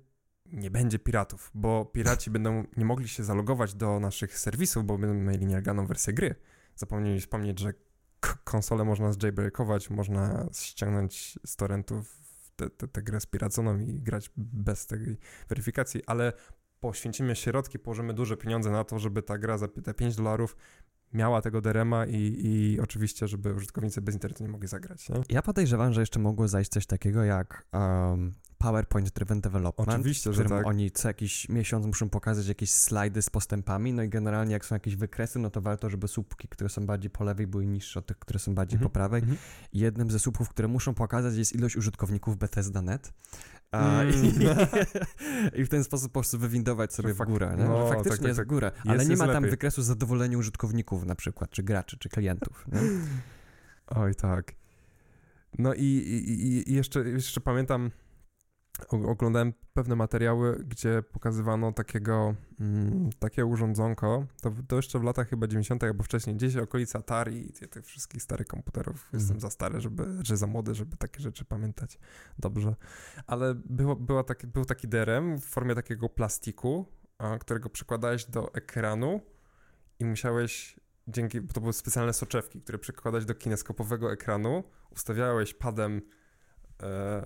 nie będzie piratów, bo piraci będą nie mogli się zalogować do naszych serwisów, bo będą mieli nielegalną wersję gry. Zapomnieli wspomnieć, że k- konsolę można zjailbreakować, można ściągnąć z torrentów tę te, te grę spiraconą i grać bez tej weryfikacji, ale poświęcimy środki, położymy duże pieniądze na to, żeby ta gra za te pięć dolarów miała tego D R M a i, i oczywiście, żeby użytkownicy bez internetu nie mogli zagrać. Nie? Ja podejrzewam, że jeszcze mogło zajść coś takiego jak um, PowerPoint Driven Development, Oczywiście, w którym że tak. oni co jakiś miesiąc muszą pokazać jakieś slajdy z postępami, no i generalnie jak są jakieś wykresy, no to warto, żeby słupki, które są bardziej po lewej, były niższe od tych, które są bardziej Mhm. po prawej. Mhm. I jednym ze słupków, które muszą pokazać, jest ilość użytkowników Bethesda kropka net. A, Mm. i, I w ten sposób po prostu wywindować sobie Że w fak- górę, nie? no, Że faktycznie tak, tak, jest tak. w górę, ale Jest- nie jest ma tam lepiej. wykresu zadowolenia użytkowników na przykład, czy graczy, czy klientów. Nie? Oj, tak. No i, i, i jeszcze, jeszcze pamiętam, o- oglądałem pewne materiały, gdzie pokazywano takiego, mm, takie urządzonko, to, to jeszcze w latach chyba dziewięćdziesiątych albo wcześniej, gdzieś okolica Atari i tych, tych wszystkich starych komputerów. Mhm. Jestem za stary, żeby, czy za młody, żeby takie rzeczy pamiętać dobrze. Ale było, była taki, był taki D R M w formie takiego plastiku, a, którego przykładałeś do ekranu i musiałeś dzięki, bo to były specjalne soczewki, które przykładać do kineskopowego ekranu, ustawiałeś padem e,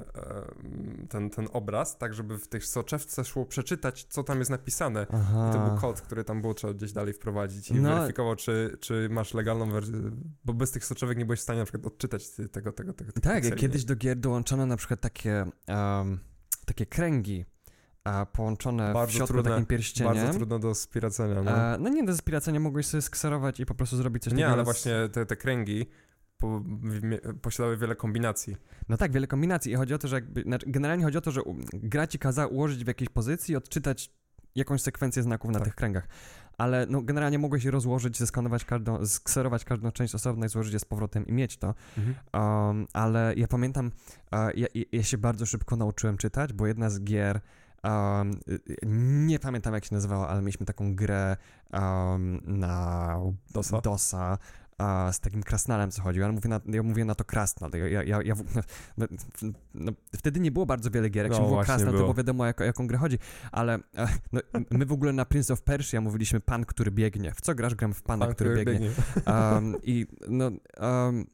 e, ten, ten obraz, tak żeby w tej soczewce szło przeczytać, co tam jest napisane. Aha. I to był kod, który tam było trzeba gdzieś dalej wprowadzić i No. weryfikował, czy, czy masz legalną wersję, bo bez tych soczewek nie byłeś w stanie na przykład odczytać tego, tego, tego. tego Tak, jak pikseli. kiedyś do gier dołączono na przykład takie, um, takie kręgi a, połączone Bardzo w środku trudne, takim pierścieniem. Bardzo trudno do spiracenia, no. E, no nie, do spiracenia mogłeś sobie skserować i po prostu zrobić coś Nie, takiego. ale z- właśnie te, te kręgi po, w, posiadały wiele kombinacji. No tak, wiele kombinacji i chodzi o to, że jakby, znaczy generalnie chodzi o to, że u- gra ci kazała ułożyć w jakiejś pozycji i odczytać jakąś sekwencję znaków na Tak. tych kręgach. Ale no generalnie mogłeś je rozłożyć, zeskanować każdą, skserować każdą część osobno i złożyć je z powrotem i mieć to. Mhm. Um, ale ja pamiętam, uh, ja, ja się bardzo szybko nauczyłem czytać, bo jedna z gier, um, y- y- nie pamiętam jak się nazywała, ale mieliśmy taką grę um, na DOSa? DOSa a, z takim krasnalem, co chodzi. Ja mówię na, ja mówię na to krasnal. Ja, ja, ja, ja, no, no, wtedy nie było bardzo wiele gier. Jak No, się mówiło właśnie krasnal, to było. było wiadomo, o jak, jaką grę chodzi. Ale e, no, my w ogóle na Prince of Persia mówiliśmy pan, który biegnie. W co grasz? Gram w pana, Pan, który, biegnie. Um, I no... Um,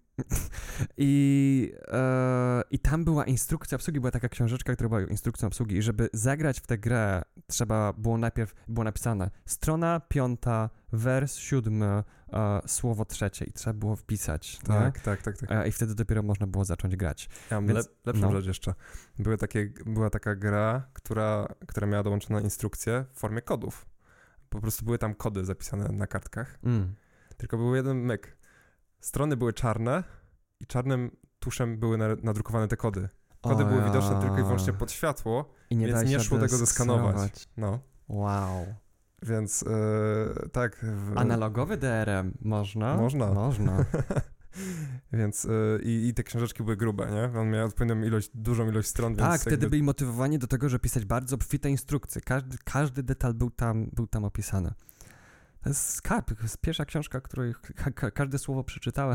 I, e, I tam była instrukcja obsługi, była taka książeczka, która była instrukcją obsługi i żeby zagrać w tę grę trzeba było najpierw, było napisane strona piąta, wers siódmy, e, słowo trzecie i trzeba było wpisać. Tak, tak, tak, tak. E, I wtedy dopiero można było zacząć grać. Ja mam Więc- le, lepszą no. rzecz jeszcze. Były takie, była taka gra, która, która miała dołączone instrukcje w formie kodów. Po prostu były tam kody zapisane na kartkach. Mm. Tylko był jeden myk. Strony były czarne i czarnym tuszem były na, nadrukowane te kody. Kody O były ja. widoczne tylko i wyłącznie pod światło, I nie więc dałeś nie rady szło tego zeskanować. skserować. No, Wow. więc yy, tak. W, Analogowy D R M można? Można. Można. Więc yy, i, i te książeczki były grube, nie? On miał odpowiednią ilość, dużą ilość stron, więc Tak, wtedy jakby, byli motywowani do tego, żeby pisać bardzo obfite instrukcje. Każdy, każdy detal był tam, był tam opisany. To jest skarb, to jest pierwsza książka, której ka- ka- każde słowo przeczytałem.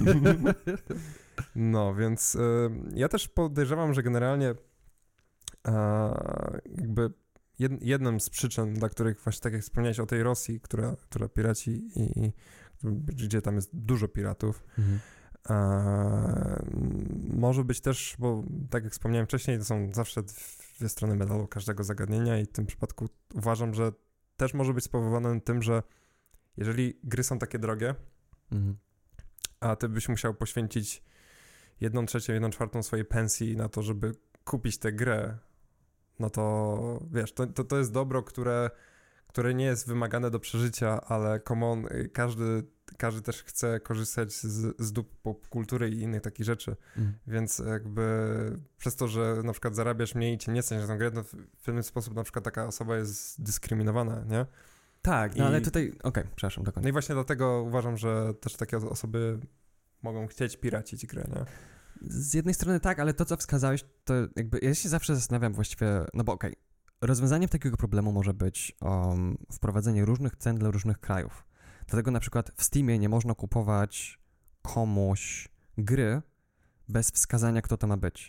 No, więc y, ja też podejrzewam, że generalnie e, jakby jed, jedną z przyczyn, dla których właśnie tak jak wspomniałeś o tej Rosji, która, która piraci i, i gdzie tam jest dużo piratów, Mhm. e, może być też, bo tak jak wspomniałem wcześniej, to są zawsze dwie strony medalu każdego zagadnienia i w tym przypadku uważam, że też może być spowodowane tym, że jeżeli gry są takie drogie, Mhm. a ty byś musiał poświęcić jedną trzecią, jedną czwartą swojej pensji na to, żeby kupić tę grę, no to wiesz, to, to, to jest dobro, które, które nie jest wymagane do przeżycia, ale come on, każdy, każdy też chce korzystać z, z dóbr popkultury i innych takich rzeczy, Mhm. więc jakby przez to, że na przykład zarabiasz mniej i cię nie stać na tę grę, no w pewien sposób na przykład taka osoba jest dyskryminowana, nie? Tak, no ale I- tutaj, okej, przepraszam, do końca. No i właśnie dlatego uważam, że też takie osoby mogą chcieć piracić grę, nie? Z jednej strony tak, ale to, co wskazałeś, to jakby ja się zawsze zastanawiam właściwie, no bo okej, rozwiązaniem takiego problemu może być um, wprowadzenie różnych cen dla różnych krajów. Dlatego na przykład w Steamie nie można kupować komuś gry bez wskazania, kto to ma być. Mhm.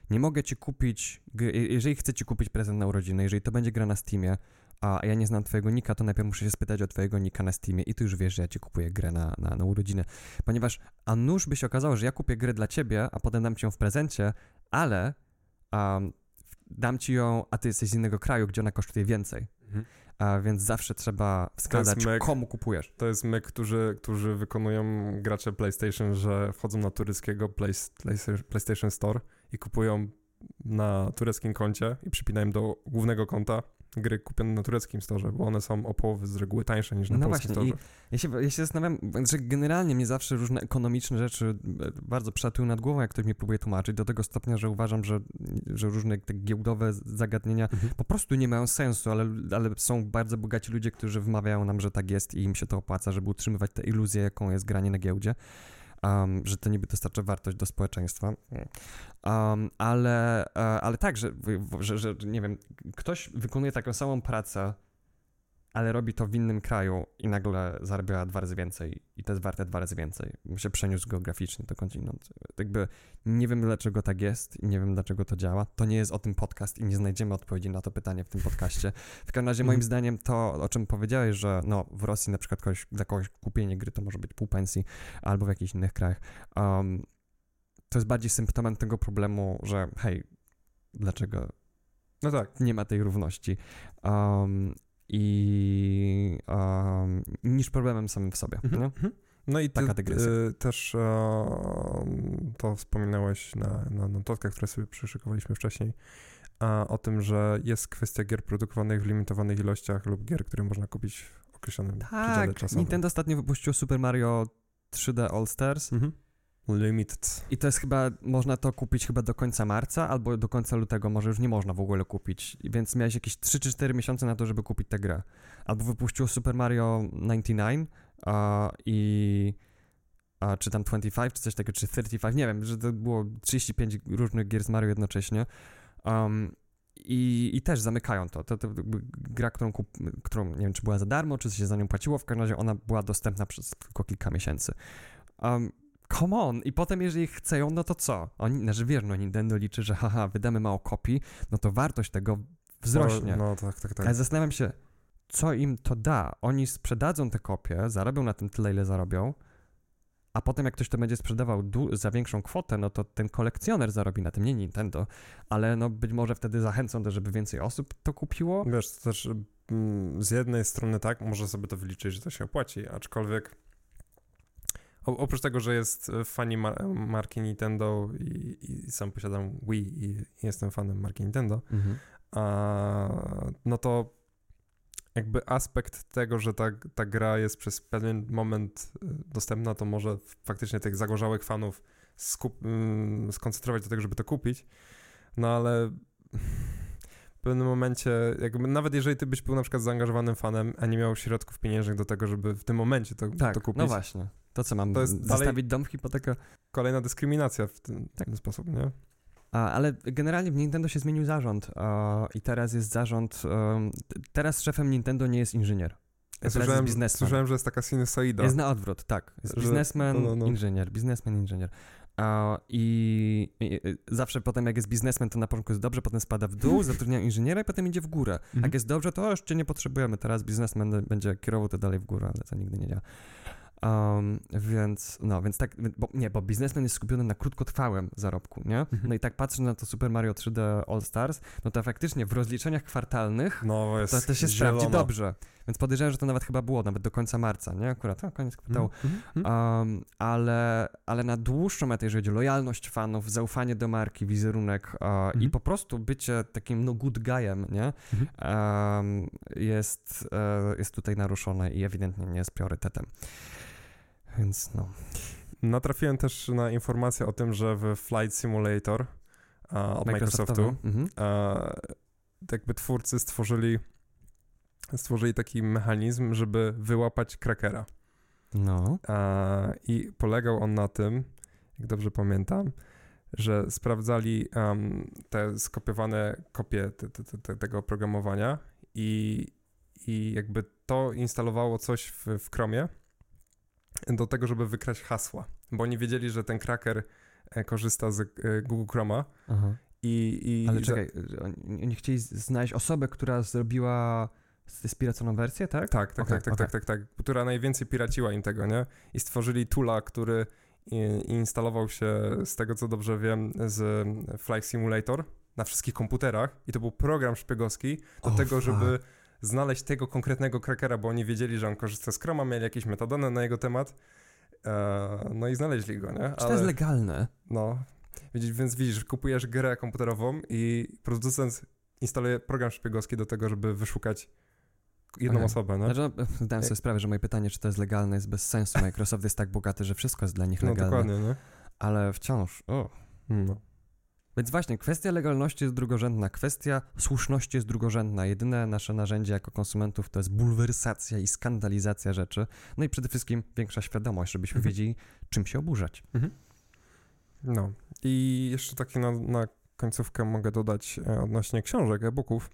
nie mogę ci kupić, jeżeli chcę ci kupić prezent na urodziny, jeżeli to będzie gra na Steamie, a ja nie znam twojego nika, to najpierw muszę się spytać o twojego nika na Steamie i ty już wiesz, że ja ci kupuję grę na, na, na urodziny. Ponieważ, a nuż by się okazało, że ja kupię grę dla ciebie, a potem dam ci ją w prezencie, ale um, dam ci ją, a ty jesteś z innego kraju, gdzie ona kosztuje więcej. Mhm. A więc zawsze trzeba wskazać, myk, komu kupujesz. To jest myk, którzy, którzy wykonują gracze PlayStation, że wchodzą na tureckiego Play, PlayStation Store i kupują na tureckim koncie i przypinają do głównego konta gry kupione na tureckim storze, bo one są o połowę z reguły tańsze niż na no polskim właśnie, storze. Ja się, ja się zastanawiam, że generalnie mnie zawsze różne ekonomiczne rzeczy bardzo przelatują nad głową, jak ktoś mi próbuje tłumaczyć, do tego stopnia, że uważam, że, że różne te giełdowe zagadnienia mhm. po prostu nie mają sensu, ale, ale są bardzo bogaci ludzie, którzy wmawiają nam, że tak jest i im się to opłaca, żeby utrzymywać tę iluzję, jaką jest granie na giełdzie. Um, że to niby dostarcza wartość do społeczeństwa, um, ale, uh, ale tak, że, że, że, nie wiem, ktoś wykonuje taką samą pracę, ale robi to w innym kraju i nagle zarabia dwa razy więcej i to jest warte dwa razy więcej. Się przeniósł geograficznie do kontynentu. Jakby nie wiem, dlaczego tak jest i nie wiem, dlaczego to działa. To nie jest o tym podcast i nie znajdziemy odpowiedzi na to pytanie w tym podcaście. W każdym razie moim zdaniem to, o czym powiedziałeś, że no w Rosji na przykład kogoś, dla kogoś kupienie gry to może być pół pensji albo w jakichś innych krajach. Um, to jest bardziej symptomem tego problemu, że hej, dlaczego no tak. nie ma tej równości. Um, I um, niż problemem samym w sobie. Mm-hmm. Nie? No i ty, y, też y, to wspominałeś na, na notatkach, które sobie przyszykowaliśmy wcześniej, a, o tym, że jest kwestia gier produkowanych w limitowanych ilościach lub gier, które można kupić w określonym tak, przedziale czasowym. Nintendo ostatnio wypuściło Super Mario trzy D All Stars. Mm-hmm. Limited. I to jest chyba, można to kupić chyba do końca marca albo do końca lutego, może już nie można w ogóle kupić, więc miałeś jakieś trzy czy cztery miesiące na to, żeby kupić tę grę. Albo wypuściło Super Mario dziewięćdziesiąt dziewięć uh, i uh, czy tam dwadzieścia pięć, czy coś takiego, czy trzydzieści pięć, nie wiem, że to było trzydzieści pięć różnych gier z Mario jednocześnie. Um, i, I też zamykają to. To, to, to gra, którą, kup, którą nie wiem, czy była za darmo, czy się za nią płaciło, w każdym razie ona była dostępna przez tylko kilka miesięcy. Um, Come on! I potem, jeżeli chcą, no to co? Oni, znaczy wiesz, no Nintendo liczy, że haha, wydamy mało kopii, no to wartość tego wzrośnie. No, no tak, tak, tak. Ale zastanawiam się, co im to da? Oni sprzedadzą te kopie, zarobią na tym tyle, ile zarobią, a potem jak ktoś to będzie sprzedawał du- za większą kwotę, no to ten kolekcjoner zarobi na tym, nie Nintendo, ale no być może wtedy zachęcą to, żeby więcej osób to kupiło. Wiesz, to też mm, z jednej strony tak, może sobie to wyliczyć, że to się opłaci, aczkolwiek O, oprócz tego, że jest fani mar- marki Nintendo i, i sam posiadam Wii i, i jestem fanem marki Nintendo, mhm. a, no to jakby aspekt tego, że ta, ta gra jest przez pewien moment dostępna, to może faktycznie tych zagorzałych fanów skup- skoncentrować do tego, żeby to kupić, no ale w pewnym momencie, jakby nawet jeżeli ty byś był na przykład zaangażowanym fanem, a nie miał środków pieniężnych do tego, żeby w tym momencie to, tak, to kupić. No właśnie. To co mam, to jest zastawić dom w hipotekę? Kolejna dyskryminacja w ten, tak. ten sposób, nie? A, ale generalnie w Nintendo się zmienił zarząd a, i teraz jest zarząd, um, teraz szefem Nintendo nie jest inżynier. Ja słyszałem, słyszałem, że jest taka sinusoida. Jest na odwrót, tak. Jest że, biznesmen, no, no, no. inżynier, biznesmen, inżynier. Uh, i, i zawsze potem jak jest biznesmen, to na początku jest dobrze, potem spada w dół, zatrudniają inżyniera i potem idzie w górę. Mhm. Jak jest dobrze, to już cię nie potrzebujemy, teraz biznesmen będzie kierował to dalej w górę, ale to nigdy nie działa. Um, więc, no, więc tak, bo, nie, bo biznesmen jest skupiony na krótkotrwałym zarobku, nie? Mhm. No i tak patrzę na to Super Mario trzy D All Stars, no to faktycznie w rozliczeniach kwartalnych no, to, to się zielono. Sprawdzi dobrze. Więc podejrzewam, że to nawet chyba było, nawet do końca marca, nie? Akurat, no, koniec kwartału. Mm-hmm. Um, ale, ale na dłuższą metę, jeżeli chodzi o lojalność fanów, zaufanie do marki, wizerunek uh, mm-hmm. i po prostu bycie takim, no, good guyem, nie? Mm-hmm. Um, jest, uh, jest tutaj naruszone i ewidentnie nie jest priorytetem. Więc no. Natrafiłem też na informację o tym, że w Flight Simulator a, od Microsoftu mm-hmm. a, jakby twórcy stworzyli stworzyli taki mechanizm, żeby wyłapać krakera. No. A, I polegał on na tym, jak dobrze pamiętam, że sprawdzali um, te skopiowane kopie te, te, te, tego oprogramowania i, i jakby to instalowało coś w, w Chromie do tego, żeby wykraść hasła, bo oni wiedzieli, że ten kraker korzysta z Google Chroma. Aha. I, i Ale za... czekaj, oni, oni chcieli znaleźć osobę, która zrobiła spiraconą wersję, tak? Tak, tak, okay, tak, tak, okay. tak, tak, tak, która najwięcej piraciła im tego, nie? I stworzyli toola, który i, instalował się, z tego co dobrze wiem, z Flight Simulator na wszystkich komputerach i to był program szpiegowski do oh, tego, fuck. żeby znaleźć tego konkretnego crackera, bo oni wiedzieli, że on korzysta z Chroma, mieli jakieś metadane na jego temat, e, no i znaleźli go, nie? Ale, czy to jest legalne? No, więc widzisz, kupujesz grę komputerową i producent instaluje program szpiegowski do tego, żeby wyszukać jedną okay. osobę, no. Znaczy, no, zdałem sobie sprawę, że moje pytanie, czy to jest legalne, jest bez sensu. Microsoft jest tak bogaty, że wszystko jest dla nich legalne. No dokładnie, nie? Ale wciąż, o. No. Więc właśnie, kwestia legalności jest drugorzędna, kwestia słuszności jest drugorzędna. Jedyne nasze narzędzie jako konsumentów to jest bulwersacja i skandalizacja rzeczy. No i przede wszystkim większa świadomość, żebyśmy mhm. wiedzieli, czym się oburzać. Mhm. No i jeszcze takie na, na końcówkę mogę dodać e, odnośnie książek, e-booków.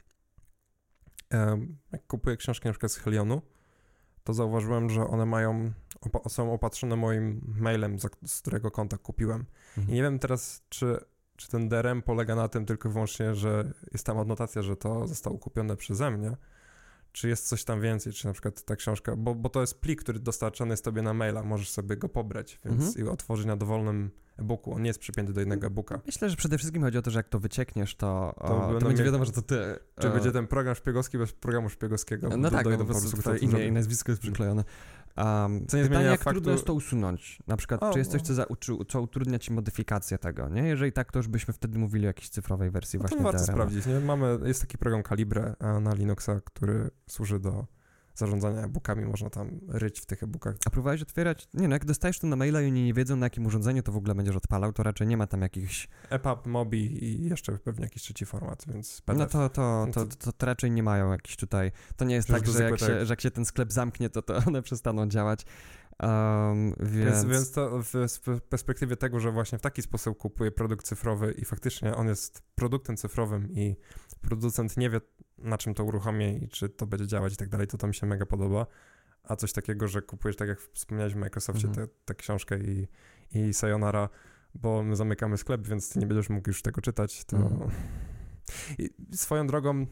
E, jak kupuję książki na przykład z Helionu, to zauważyłem, że one mają, opa- są opatrzone moim mailem, za, z którego konta kupiłem. Mhm. I nie wiem teraz, czy, czy ten D R M polega na tym tylko i wyłącznie, że jest tam adnotacja, że to zostało kupione przeze mnie, czy jest coś tam więcej, czy na przykład ta książka, bo, bo to jest plik, który dostarczony jest tobie na maila, możesz sobie go pobrać, więc mhm. i otworzyć na dowolnym e-booku, on nie jest przypięty do jednego e-booka. Myślę, że przede wszystkim chodzi o to, że jak to wyciekniesz, to, to, o, to będzie wiadomo, że to ty. Czy e... będzie ten program szpiegowski bez programu szpiegowskiego. No tak, no po prostu twoje imię i nazwisko jest przyklejone. Um, co nie pytanie, jak faktu... trudno jest to usunąć? Na przykład, o, czy jest coś, co, za, czy, co utrudnia ci modyfikację tego, nie? Jeżeli tak, to już byśmy wtedy mówili o jakiejś cyfrowej wersji no właśnie to warto D R M. sprawdzić, nie? Mamy, jest taki program Calibre na Linuxa, który służy do zarządzania e-bookami, można tam ryć w tych e-bookach. A próbowałeś otwierać? Nie no, jak dostajesz to na maila i oni nie wiedzą, na jakim urządzeniu to w ogóle będziesz odpalał, to raczej nie ma tam jakichś... EPUB, Mobi i jeszcze pewnie jakiś trzeci format, więc P D F. No to, to, to, to, to raczej nie mają jakiś tutaj... To nie jest tak, że jak, się, że jak się ten sklep zamknie, to, to one przestaną działać. Um, więc... Więc, więc to w, w perspektywie tego, że właśnie w taki sposób kupuję produkt cyfrowy i faktycznie on jest produktem cyfrowym i producent nie wie, na czym to uruchomię i czy to będzie działać i tak dalej, to to mi się mega podoba. A coś takiego, że kupujesz, tak jak wspomniałeś w Microsoftie, mhm. tę książkę i, i sayonara, bo my zamykamy sklep, więc ty nie będziesz mógł już tego czytać, to... Mhm. I swoją drogą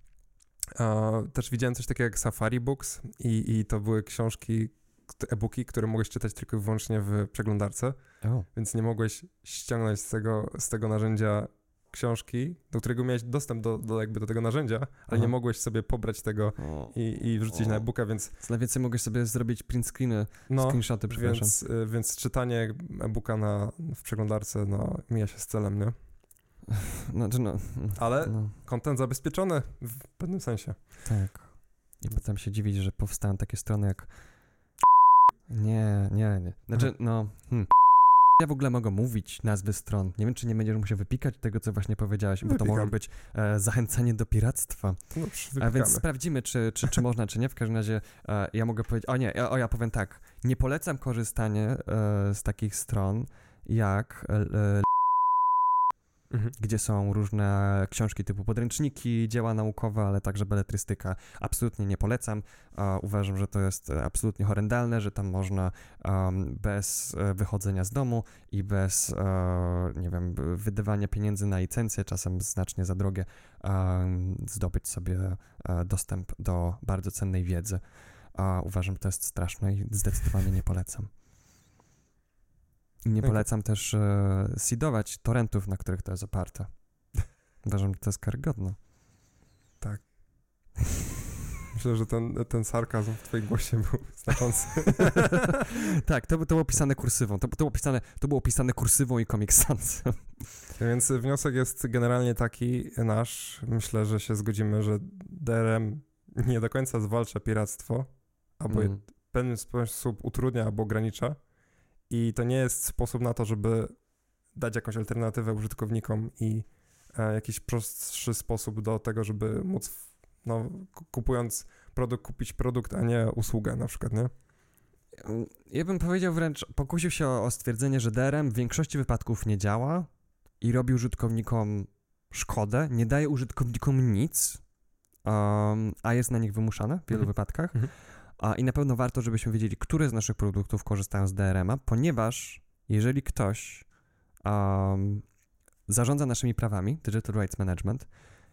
uh, też widziałem coś takiego jak Safari Books i, i to były książki, e-booki, które mogłeś czytać tylko i wyłącznie w przeglądarce, oh. więc nie mogłeś ściągnąć z tego, z tego narzędzia książki, do którego miałeś dostęp do, do, jakby do tego narzędzia, ale Aha. nie mogłeś sobie pobrać tego oh. i, i wrzucić oh. na e-booka, więc... Najwięcej mogłeś sobie zrobić print screeny, no, screenshoty, przepraszam. Więc, więc czytanie e-booka na, w przeglądarce, no, mija się z celem, nie? Znaczy, no... Ale no. Content zabezpieczony w pewnym sensie. Tak. I potem się dziwić, że powstają takie strony jak... Nie, nie, nie. Znaczy, no... Hmm. Ja w ogóle mogę mówić nazwy stron. Nie wiem, czy nie będziesz musiał wypikać tego, co właśnie powiedziałeś, bo Wypikam. to może być e, zachęcanie do piractwa. No, A więc sprawdzimy, czy, czy, czy można, czy nie. W każdym razie e, ja mogę powiedzieć... O nie, ja, o ja powiem tak. Nie polecam korzystanie e, z takich stron jak... E, Mhm. gdzie są różne książki typu podręczniki, dzieła naukowe, ale także beletrystyka. Absolutnie nie polecam. Uh, uważam, że to jest absolutnie horrendalne, że tam można um, bez uh, wychodzenia z domu i bez, uh, nie wiem, wydawania pieniędzy na licencje, czasem znacznie za drogie, um, zdobyć sobie uh, dostęp do bardzo cennej wiedzy. Uh, uważam, że to jest straszne i zdecydowanie nie polecam. I nie polecam okay. też e, seedować torrentów, na których to jest oparte. Uważam, że to jest karygodne. Tak. Myślę, że ten, ten sarkazm w twoim głosie był znaczący. Tak, to, to było pisane kursywą. To, to, było pisane, to było pisane kursywą i Comic Sansem. Więc wniosek jest generalnie taki nasz. Myślę, że się zgodzimy, że D R M nie do końca zwalcza piractwo, albo mm. w pewien sposób utrudnia albo ogranicza. I to nie jest sposób na to, żeby dać jakąś alternatywę użytkownikom i e, jakiś prostszy sposób do tego, żeby móc, no, kupując produkt, kupić produkt, a nie usługę na przykład, nie? Ja bym powiedział wręcz, pokusił się o, o stwierdzenie, że D R M w większości wypadków nie działa i robi użytkownikom szkodę, nie daje użytkownikom nic, um, a jest na nich wymuszane w wielu mhm. wypadkach. Mhm. A, I na pewno warto, żebyśmy wiedzieli, które z naszych produktów korzystają z D R M a, ponieważ jeżeli ktoś um, zarządza naszymi prawami, Digital Rights Management,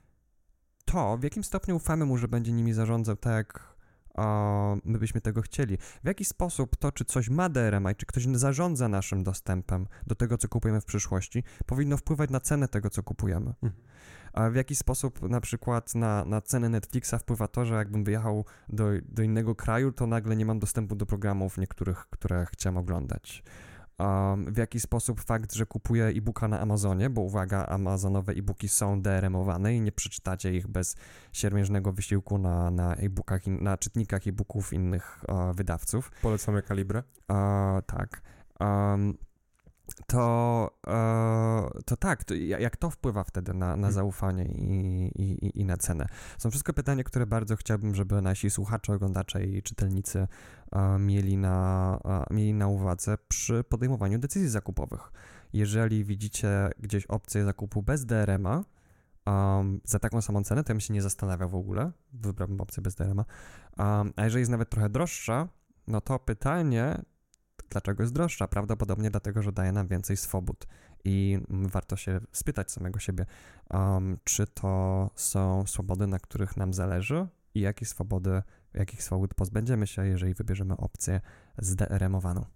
to w jakim stopniu ufamy mu, że będzie nimi zarządzał tak, jak o, my byśmy tego chcieli. W jaki sposób to, czy coś ma D R M I, czy ktoś zarządza naszym dostępem do tego, co kupujemy w przyszłości, powinno wpływać na cenę tego, co kupujemy. Mhm. A w jaki sposób na przykład na, na cenę Netflixa wpływa to, że jakbym wyjechał do, do innego kraju, to nagle nie mam dostępu do programów niektórych, które chciałem oglądać. Um, w jaki sposób fakt, że kupuję e-booka na Amazonie, bo uwaga, amazonowe e-booki są D R M-owane i nie przeczytacie ich bez siermiężnego wysiłku na, na e-bookach, na czytnikach e-booków innych uh, wydawców. Polecamy Kalibre. Uh, tak. Um, to, uh, to tak, to jak to wpływa wtedy na, na zaufanie i, i, i na cenę? Są wszystko pytania, które bardzo chciałbym, żeby nasi słuchacze, oglądacze i czytelnicy uh, mieli, na, uh, mieli na uwadze przy podejmowaniu decyzji zakupowych. Jeżeli widzicie gdzieś opcję zakupu bez D R M-a um, za taką samą cenę, to ja bym się nie zastanawiał w ogóle, wybrałbym opcję bez D R M-a, um, a jeżeli jest nawet trochę droższa, no to pytanie, dlaczego jest droższa? Prawdopodobnie dlatego, że daje nam więcej swobód i warto się spytać samego siebie, um, czy to są swobody, na których nam zależy i jakie swobody, jakich swobód pozbędziemy się, jeżeli wybierzemy opcję z D R M-owaną.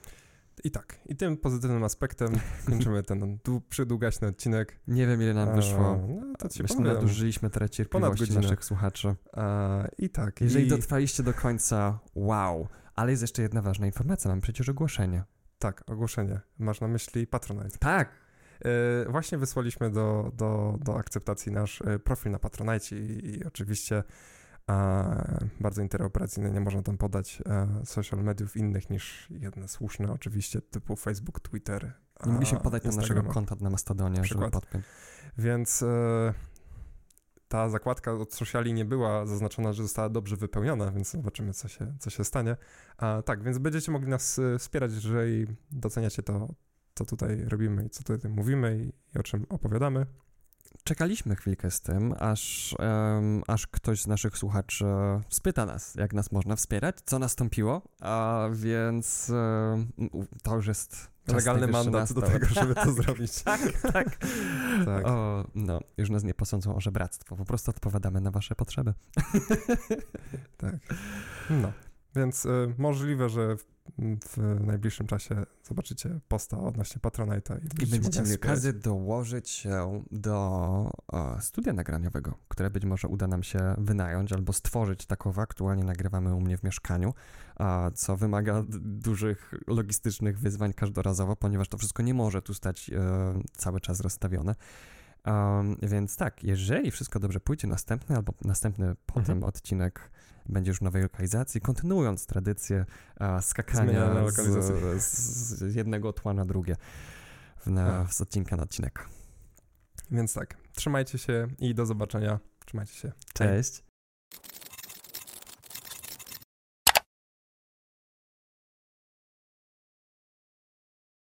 I tak, i tym pozytywnym aspektem kończymy ten dłu- przydługaśny odcinek. Nie wiem, ile nam wyszło. A, no, to ci Myślę, powiem. nadużyliśmy teraz cierpliwości naszych słuchaczy. A, I tak. Jeżeli i... dotrwaliście do końca, wow. Ale jest jeszcze jedna ważna informacja, mam przecież ogłoszenie. Tak, ogłoszenie. Masz na myśli Patronite. Tak. E, właśnie wysłaliśmy do, do, do akceptacji nasz e, profil na Patronite i, i oczywiście e, bardzo interoperacyjny, nie można tam podać e, social mediów innych niż jedne słuszne oczywiście, typu Facebook, Twitter. Nie mogliśmy podać tam Instagrama. naszego konta na Mastodonie, żeby podpiąć. Więc e, ta zakładka od sociali nie była zaznaczona, że została dobrze wypełniona, więc zobaczymy, co się, co się stanie. A, tak, więc będziecie mogli nas wspierać, jeżeli doceniacie to, co tutaj robimy i co tutaj mówimy i, i o czym opowiadamy. Czekaliśmy chwilkę z tym, aż, um, aż ktoś z naszych słuchaczy spyta nas, jak nas można wspierać, co nastąpiło, a więc um, to już jest legalny mandat do tego, żeby to zrobić. tak, tak. tak. O, no, już nas nie posądzą o żebractwo, po prostu odpowiadamy na wasze potrzeby. tak. No, więc y, możliwe, że w, w najbliższym czasie zobaczycie posta odnośnie Patronite'a. I, I będziecie mieli okazję dołożyć się do o, studia nagraniowego, które być może uda nam się wynająć albo stworzyć takowe. Aktualnie nagrywamy u mnie w mieszkaniu, a, co wymaga d- dużych logistycznych wyzwań każdorazowo, ponieważ to wszystko nie może tu stać e, cały czas rozstawione. Um, więc tak, jeżeli wszystko dobrze pójdzie, następny albo następny potem mhm. odcinek będzie już w nowej lokalizacji, kontynuując tradycję a, skakania z, z jednego tła na drugie na, z odcinka na odcinek. Więc tak, trzymajcie się i do zobaczenia. Trzymajcie się. Cześć.